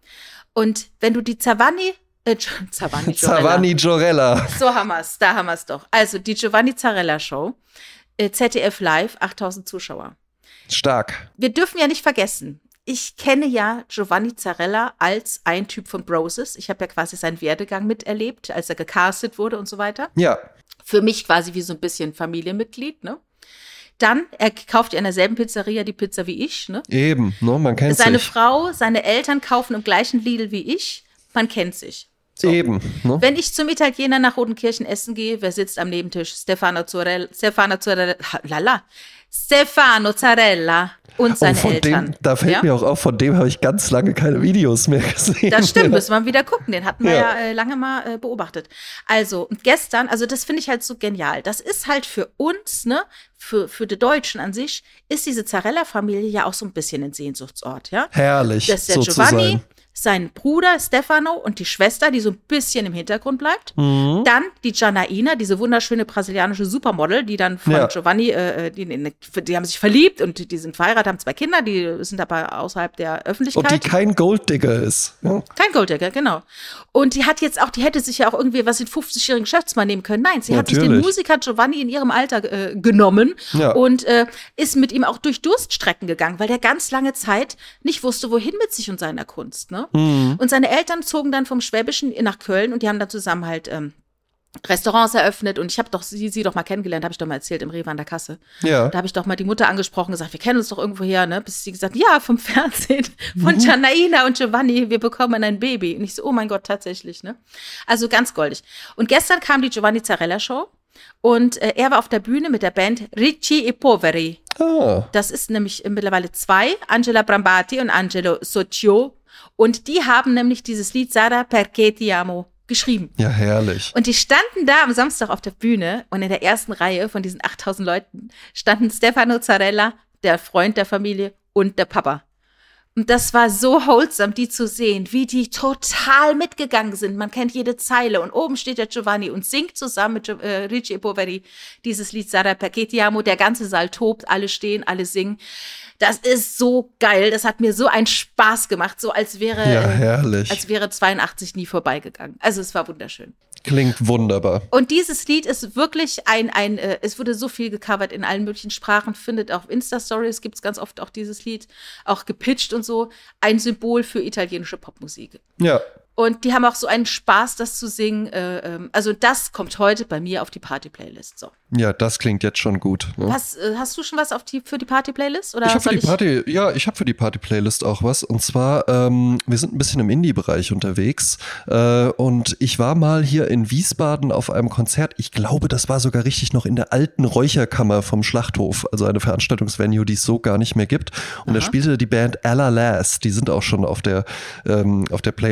Und wenn du die Giovanni Äh, Giovanni Giovanni Giorella. So haben wir es, da haben wir es doch. Also die Giovanni Zarella Show, äh, Z D F Live, achttausend Zuschauer. Stark. Wir dürfen ja nicht vergessen, ich kenne ja Giovanni Zarella als ein Typ von Broses. Ich habe ja quasi seinen Werdegang miterlebt, als er gecastet wurde und so weiter. Ja. Für mich quasi wie so ein bisschen Familienmitglied, ne? Dann, er kauft ja in derselben Pizzeria die Pizza wie ich, ne? Eben, ne? Man kennt Seine sich. Frau, seine Eltern kaufen im gleichen Lidl wie ich. Man kennt sich. So. Eben. Ne? Wenn ich zum Italiener nach Rodenkirchen essen gehe, wer sitzt am Nebentisch? Stefano Zarella, Stefano Zarella, lala, Stefano Zarella und seine oh, von Eltern. Dem, da fällt ja? mir auch auf, von dem habe ich ganz lange keine Videos mehr gesehen. Das stimmt, müssen wir wieder gucken. Den hatten wir ja, ja äh, lange mal äh, beobachtet. Also, und gestern, also das finde ich halt so genial. Das ist halt für uns, ne, für, für die Deutschen an sich, ist diese Zarella-Familie ja auch so ein bisschen ein Sehnsuchtsort, ja? Herrlich, das ist der so Giovanni, zu sein. sein Bruder Stefano und die Schwester, die so ein bisschen im Hintergrund bleibt. Mhm. Dann die Janaína, diese wunderschöne brasilianische Supermodel, die dann von ja. Giovanni, äh, die, die haben sich verliebt und die sind verheiratet, haben zwei Kinder, die sind aber außerhalb der Öffentlichkeit. Und die kein Golddigger ist. Ja. Kein Golddigger, genau. Und die hat jetzt auch, die hätte sich ja auch irgendwie was in fünfzigjährigen Geschäftsmann nehmen können. Nein, sie Natürlich. hat sich den Musiker Giovanni in ihrem Alter äh, genommen ja. und äh, ist mit ihm auch durch Durststrecken gegangen, weil der ganz lange Zeit nicht wusste, wohin mit sich und seiner Kunst, ne? Mhm. Und seine Eltern zogen dann vom Schwäbischen nach Köln und die haben dann zusammen halt ähm, Restaurants eröffnet und ich habe doch sie, sie doch mal kennengelernt, habe ich doch mal erzählt, im Rewe an der Kasse. Ja. Da habe ich doch mal die Mutter angesprochen, gesagt, wir kennen uns doch irgendwo her, ne? Bis sie gesagt, ja, vom Fernsehen, von mhm. Janaína und Giovanni, wir bekommen ein Baby. Und ich so, oh mein Gott, tatsächlich, ne? Also ganz goldig. Und gestern kam die Giovanni Zarella Show und äh, er war auf der Bühne mit der Band Ricci e Poveri. Oh. Das ist nämlich mittlerweile zwei, Angela Brambati und Angelo Socio. Und die haben nämlich dieses Lied Sarà perché ti amo geschrieben. Ja, herrlich. Und die standen da am Samstag auf der Bühne und in der ersten Reihe von diesen achttausend Leuten standen Stefano Zarella, der Freund der Familie, und der Papa. Und das war so wholesome, die zu sehen, wie die total mitgegangen sind. Man kennt jede Zeile. Und oben steht der Giovanni und singt zusammen mit äh, Ricci e Poveri dieses Lied Sarà perché ti amo. Der ganze Saal tobt, alle stehen, alle singen. Das ist so geil. Das hat mir so einen Spaß gemacht, so als wäre, ja, herrlich. als wäre zweiundachtzig nie vorbeigegangen. Also es war wunderschön. Klingt wunderbar. Und dieses Lied ist wirklich ein, ein äh, es wurde so viel gecovert in allen möglichen Sprachen, findet auch Insta-Stories, gibt es ganz oft auch dieses Lied, auch gepitcht und so, ein Symbol für italienische Popmusik. Ja. Und die haben auch so einen Spaß, das zu singen. Äh, ähm, also das kommt heute bei mir auf die Party-Playlist. So. Ja, das klingt jetzt schon gut. Ne? Was, äh, hast du schon was auf die, für die Party-Playlist? Oder ich habe für die ich? Party, ja, ich habe für die Party-Playlist auch was. Und zwar, ähm, wir sind ein bisschen im Indie-Bereich unterwegs. Äh, und ich war mal hier in Wiesbaden auf einem Konzert. Ich glaube, das war sogar richtig noch in der alten Räucherkammer vom Schlachthof. Also eine Veranstaltungsvenue, die es so gar nicht mehr gibt. Und Aha. da spielte die Band Alla Lass. Die sind auch schon auf der, ähm, auf der Playlist drauf.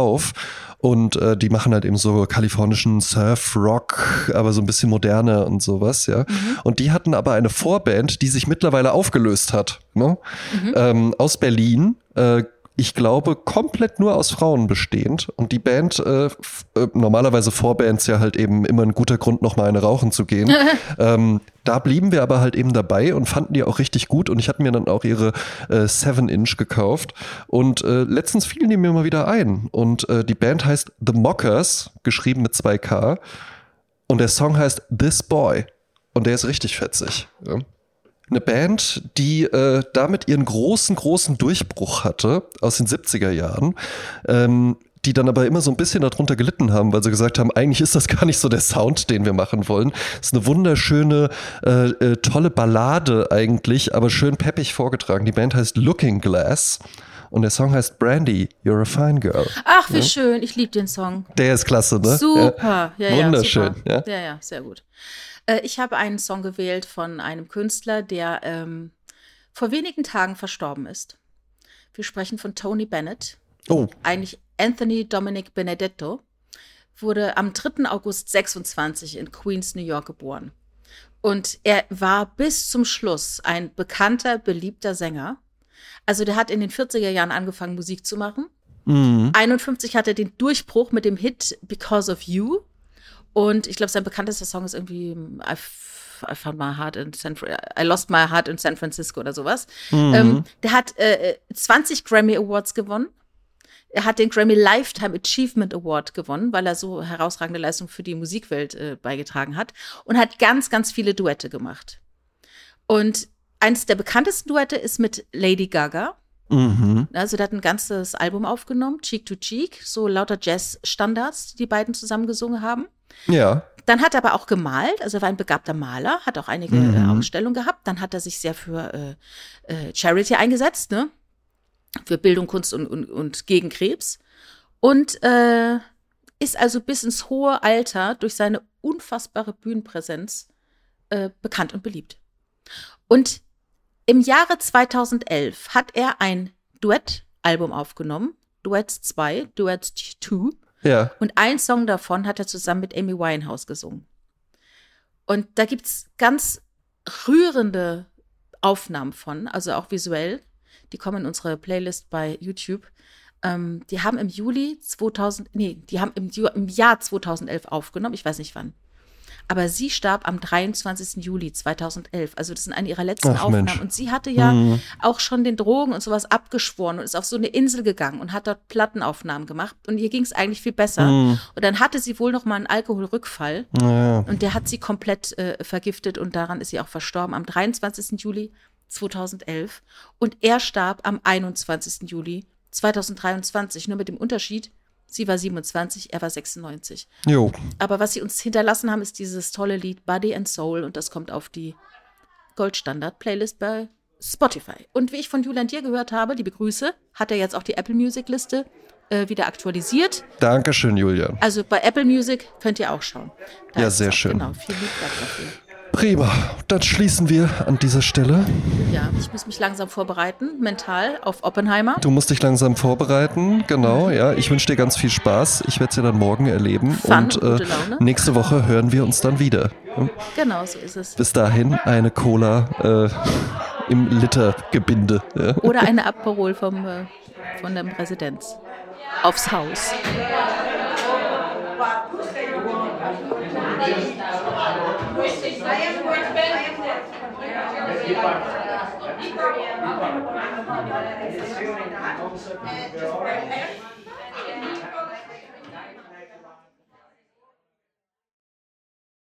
auf. Und äh, die machen halt eben so kalifornischen Surf-Rock, aber so ein bisschen moderner und sowas, ja. Mhm. Und die hatten aber eine Vorband, die sich mittlerweile aufgelöst hat, ne? Mhm. Ähm, aus Berlin, äh, ich glaube, komplett nur aus Frauen bestehend. Und die Band, äh, f- äh, normalerweise Vorbands ja halt eben immer ein guter Grund, noch mal eine rauchen zu gehen. ähm, da blieben wir aber halt eben dabei und fanden die auch richtig gut. Und ich hatte mir dann auch ihre äh, seven inch gekauft. Und äh, letztens fielen die mir mal wieder ein. Und äh, die Band heißt The Mockers, geschrieben mit zwei K. Und der Song heißt This Boy. Und der ist richtig fetzig. Ja. Eine Band, die äh, damit ihren großen, großen Durchbruch hatte aus den siebziger Jahren, ähm, die dann aber immer so ein bisschen darunter gelitten haben, weil sie gesagt haben, eigentlich ist das gar nicht so der Sound, den wir machen wollen. Es ist eine wunderschöne, äh, äh, tolle Ballade eigentlich, aber schön peppig vorgetragen. Die Band heißt Looking Glass und der Song heißt Brandy, You're a Fine Girl. Ach, wie ja? schön, ich liebe den Song. Der ist klasse, ne? Super, ja, ja, wunderschön. Super. Ja? ja, ja, sehr gut. Ich habe einen Song gewählt von einem Künstler, der ähm, vor wenigen Tagen verstorben ist. Wir sprechen von Tony Bennett. Oh. Eigentlich Anthony Dominic Benedetto. Wurde am dritten August sechsundzwanzig in Queens, New York geboren. Und er war bis zum Schluss ein bekannter, beliebter Sänger. Also der hat in den vierziger Jahren angefangen, Musik zu machen. Mhm. einundfünfzig hatte er den Durchbruch mit dem Hit Because of You. Und ich glaube, sein bekanntester Song ist irgendwie I, f- I found my heart in San Fra- I lost my heart in San Francisco oder sowas. Mhm. Ähm, der hat äh, zwanzig Grammy Awards gewonnen. Er hat den Grammy Lifetime Achievement Award gewonnen, weil er so herausragende Leistungen für die Musikwelt äh, beigetragen hat. Und hat ganz, ganz viele Duette gemacht. Und eines der bekanntesten Duette ist mit Lady Gaga. Mhm. Also der hat ein ganzes Album aufgenommen, Cheek to Cheek, so lauter Jazz-Standards, die die beiden zusammen gesungen haben. Ja. Dann hat er aber auch gemalt, also er war ein begabter Maler, hat auch einige mhm. äh, Ausstellungen gehabt. Dann hat er sich sehr für äh, äh, Charity eingesetzt, ne? Für Bildung, Kunst und, und, und gegen Krebs. Und äh, ist also bis ins hohe Alter durch seine unfassbare Bühnenpräsenz äh, bekannt und beliebt. Und im Jahre zweitausendelf hat er ein Duettalbum aufgenommen, Duets zwei, Duets zwei. Ja. Und einen Song davon hat er zusammen mit Amy Winehouse gesungen. Und da gibt es ganz rührende Aufnahmen von, also auch visuell. Die kommen in unsere Playlist bei YouTube. Ähm, die haben im Juli zweitausend, nee, die haben im, Ju- im Jahr zweitausendelf aufgenommen, ich weiß nicht wann. Aber sie starb am dreiundzwanzigsten Juli zweitausendelf. Also das sind eine ihrer letzten Ach, Aufnahmen. Mensch. Und sie hatte ja mhm. auch schon den Drogen und sowas abgeschworen und ist auf so eine Insel gegangen und hat dort Plattenaufnahmen gemacht. Und ihr ging es eigentlich viel besser. Mhm. Und dann hatte sie wohl noch mal einen Alkoholrückfall. Ja. Und der hat sie komplett äh, vergiftet. Und daran ist sie auch verstorben am dreiundzwanzigsten Juli zweitausendelf. Und er starb am einundzwanzigsten Juli zweitausenddreiundzwanzig. Nur mit dem Unterschied, sie war siebenundzwanzig, er war sechsundneunzig. Jo. Aber was sie uns hinterlassen haben, ist dieses tolle Lied Body and Soul und das kommt auf die Goldstandard-Playlist bei Spotify. Und wie ich von Julian Dir gehört habe, liebe Grüße, hat er jetzt auch die Apple Music-Liste äh, wieder aktualisiert. Dankeschön, Julian. Also bei Apple Music könnt ihr auch schauen. Da ja, ist sehr auch, schön. Genau, vielen Dank dafür. Prima. Dann schließen wir an dieser Stelle. Ja, ich muss mich langsam vorbereiten, mental, auf Oppenheimer. Du musst dich langsam vorbereiten, genau, ja. Ich wünsche dir ganz viel Spaß. Ich werde es ja dann morgen erleben. Fun und und äh, gute Laune. nächste Woche hören wir uns dann wieder. Genau, so ist es. Bis dahin eine Cola äh, im Litergebinde. Ja. Oder eine Aperol vom, äh, von dem Residenz. Aufs Haus. I am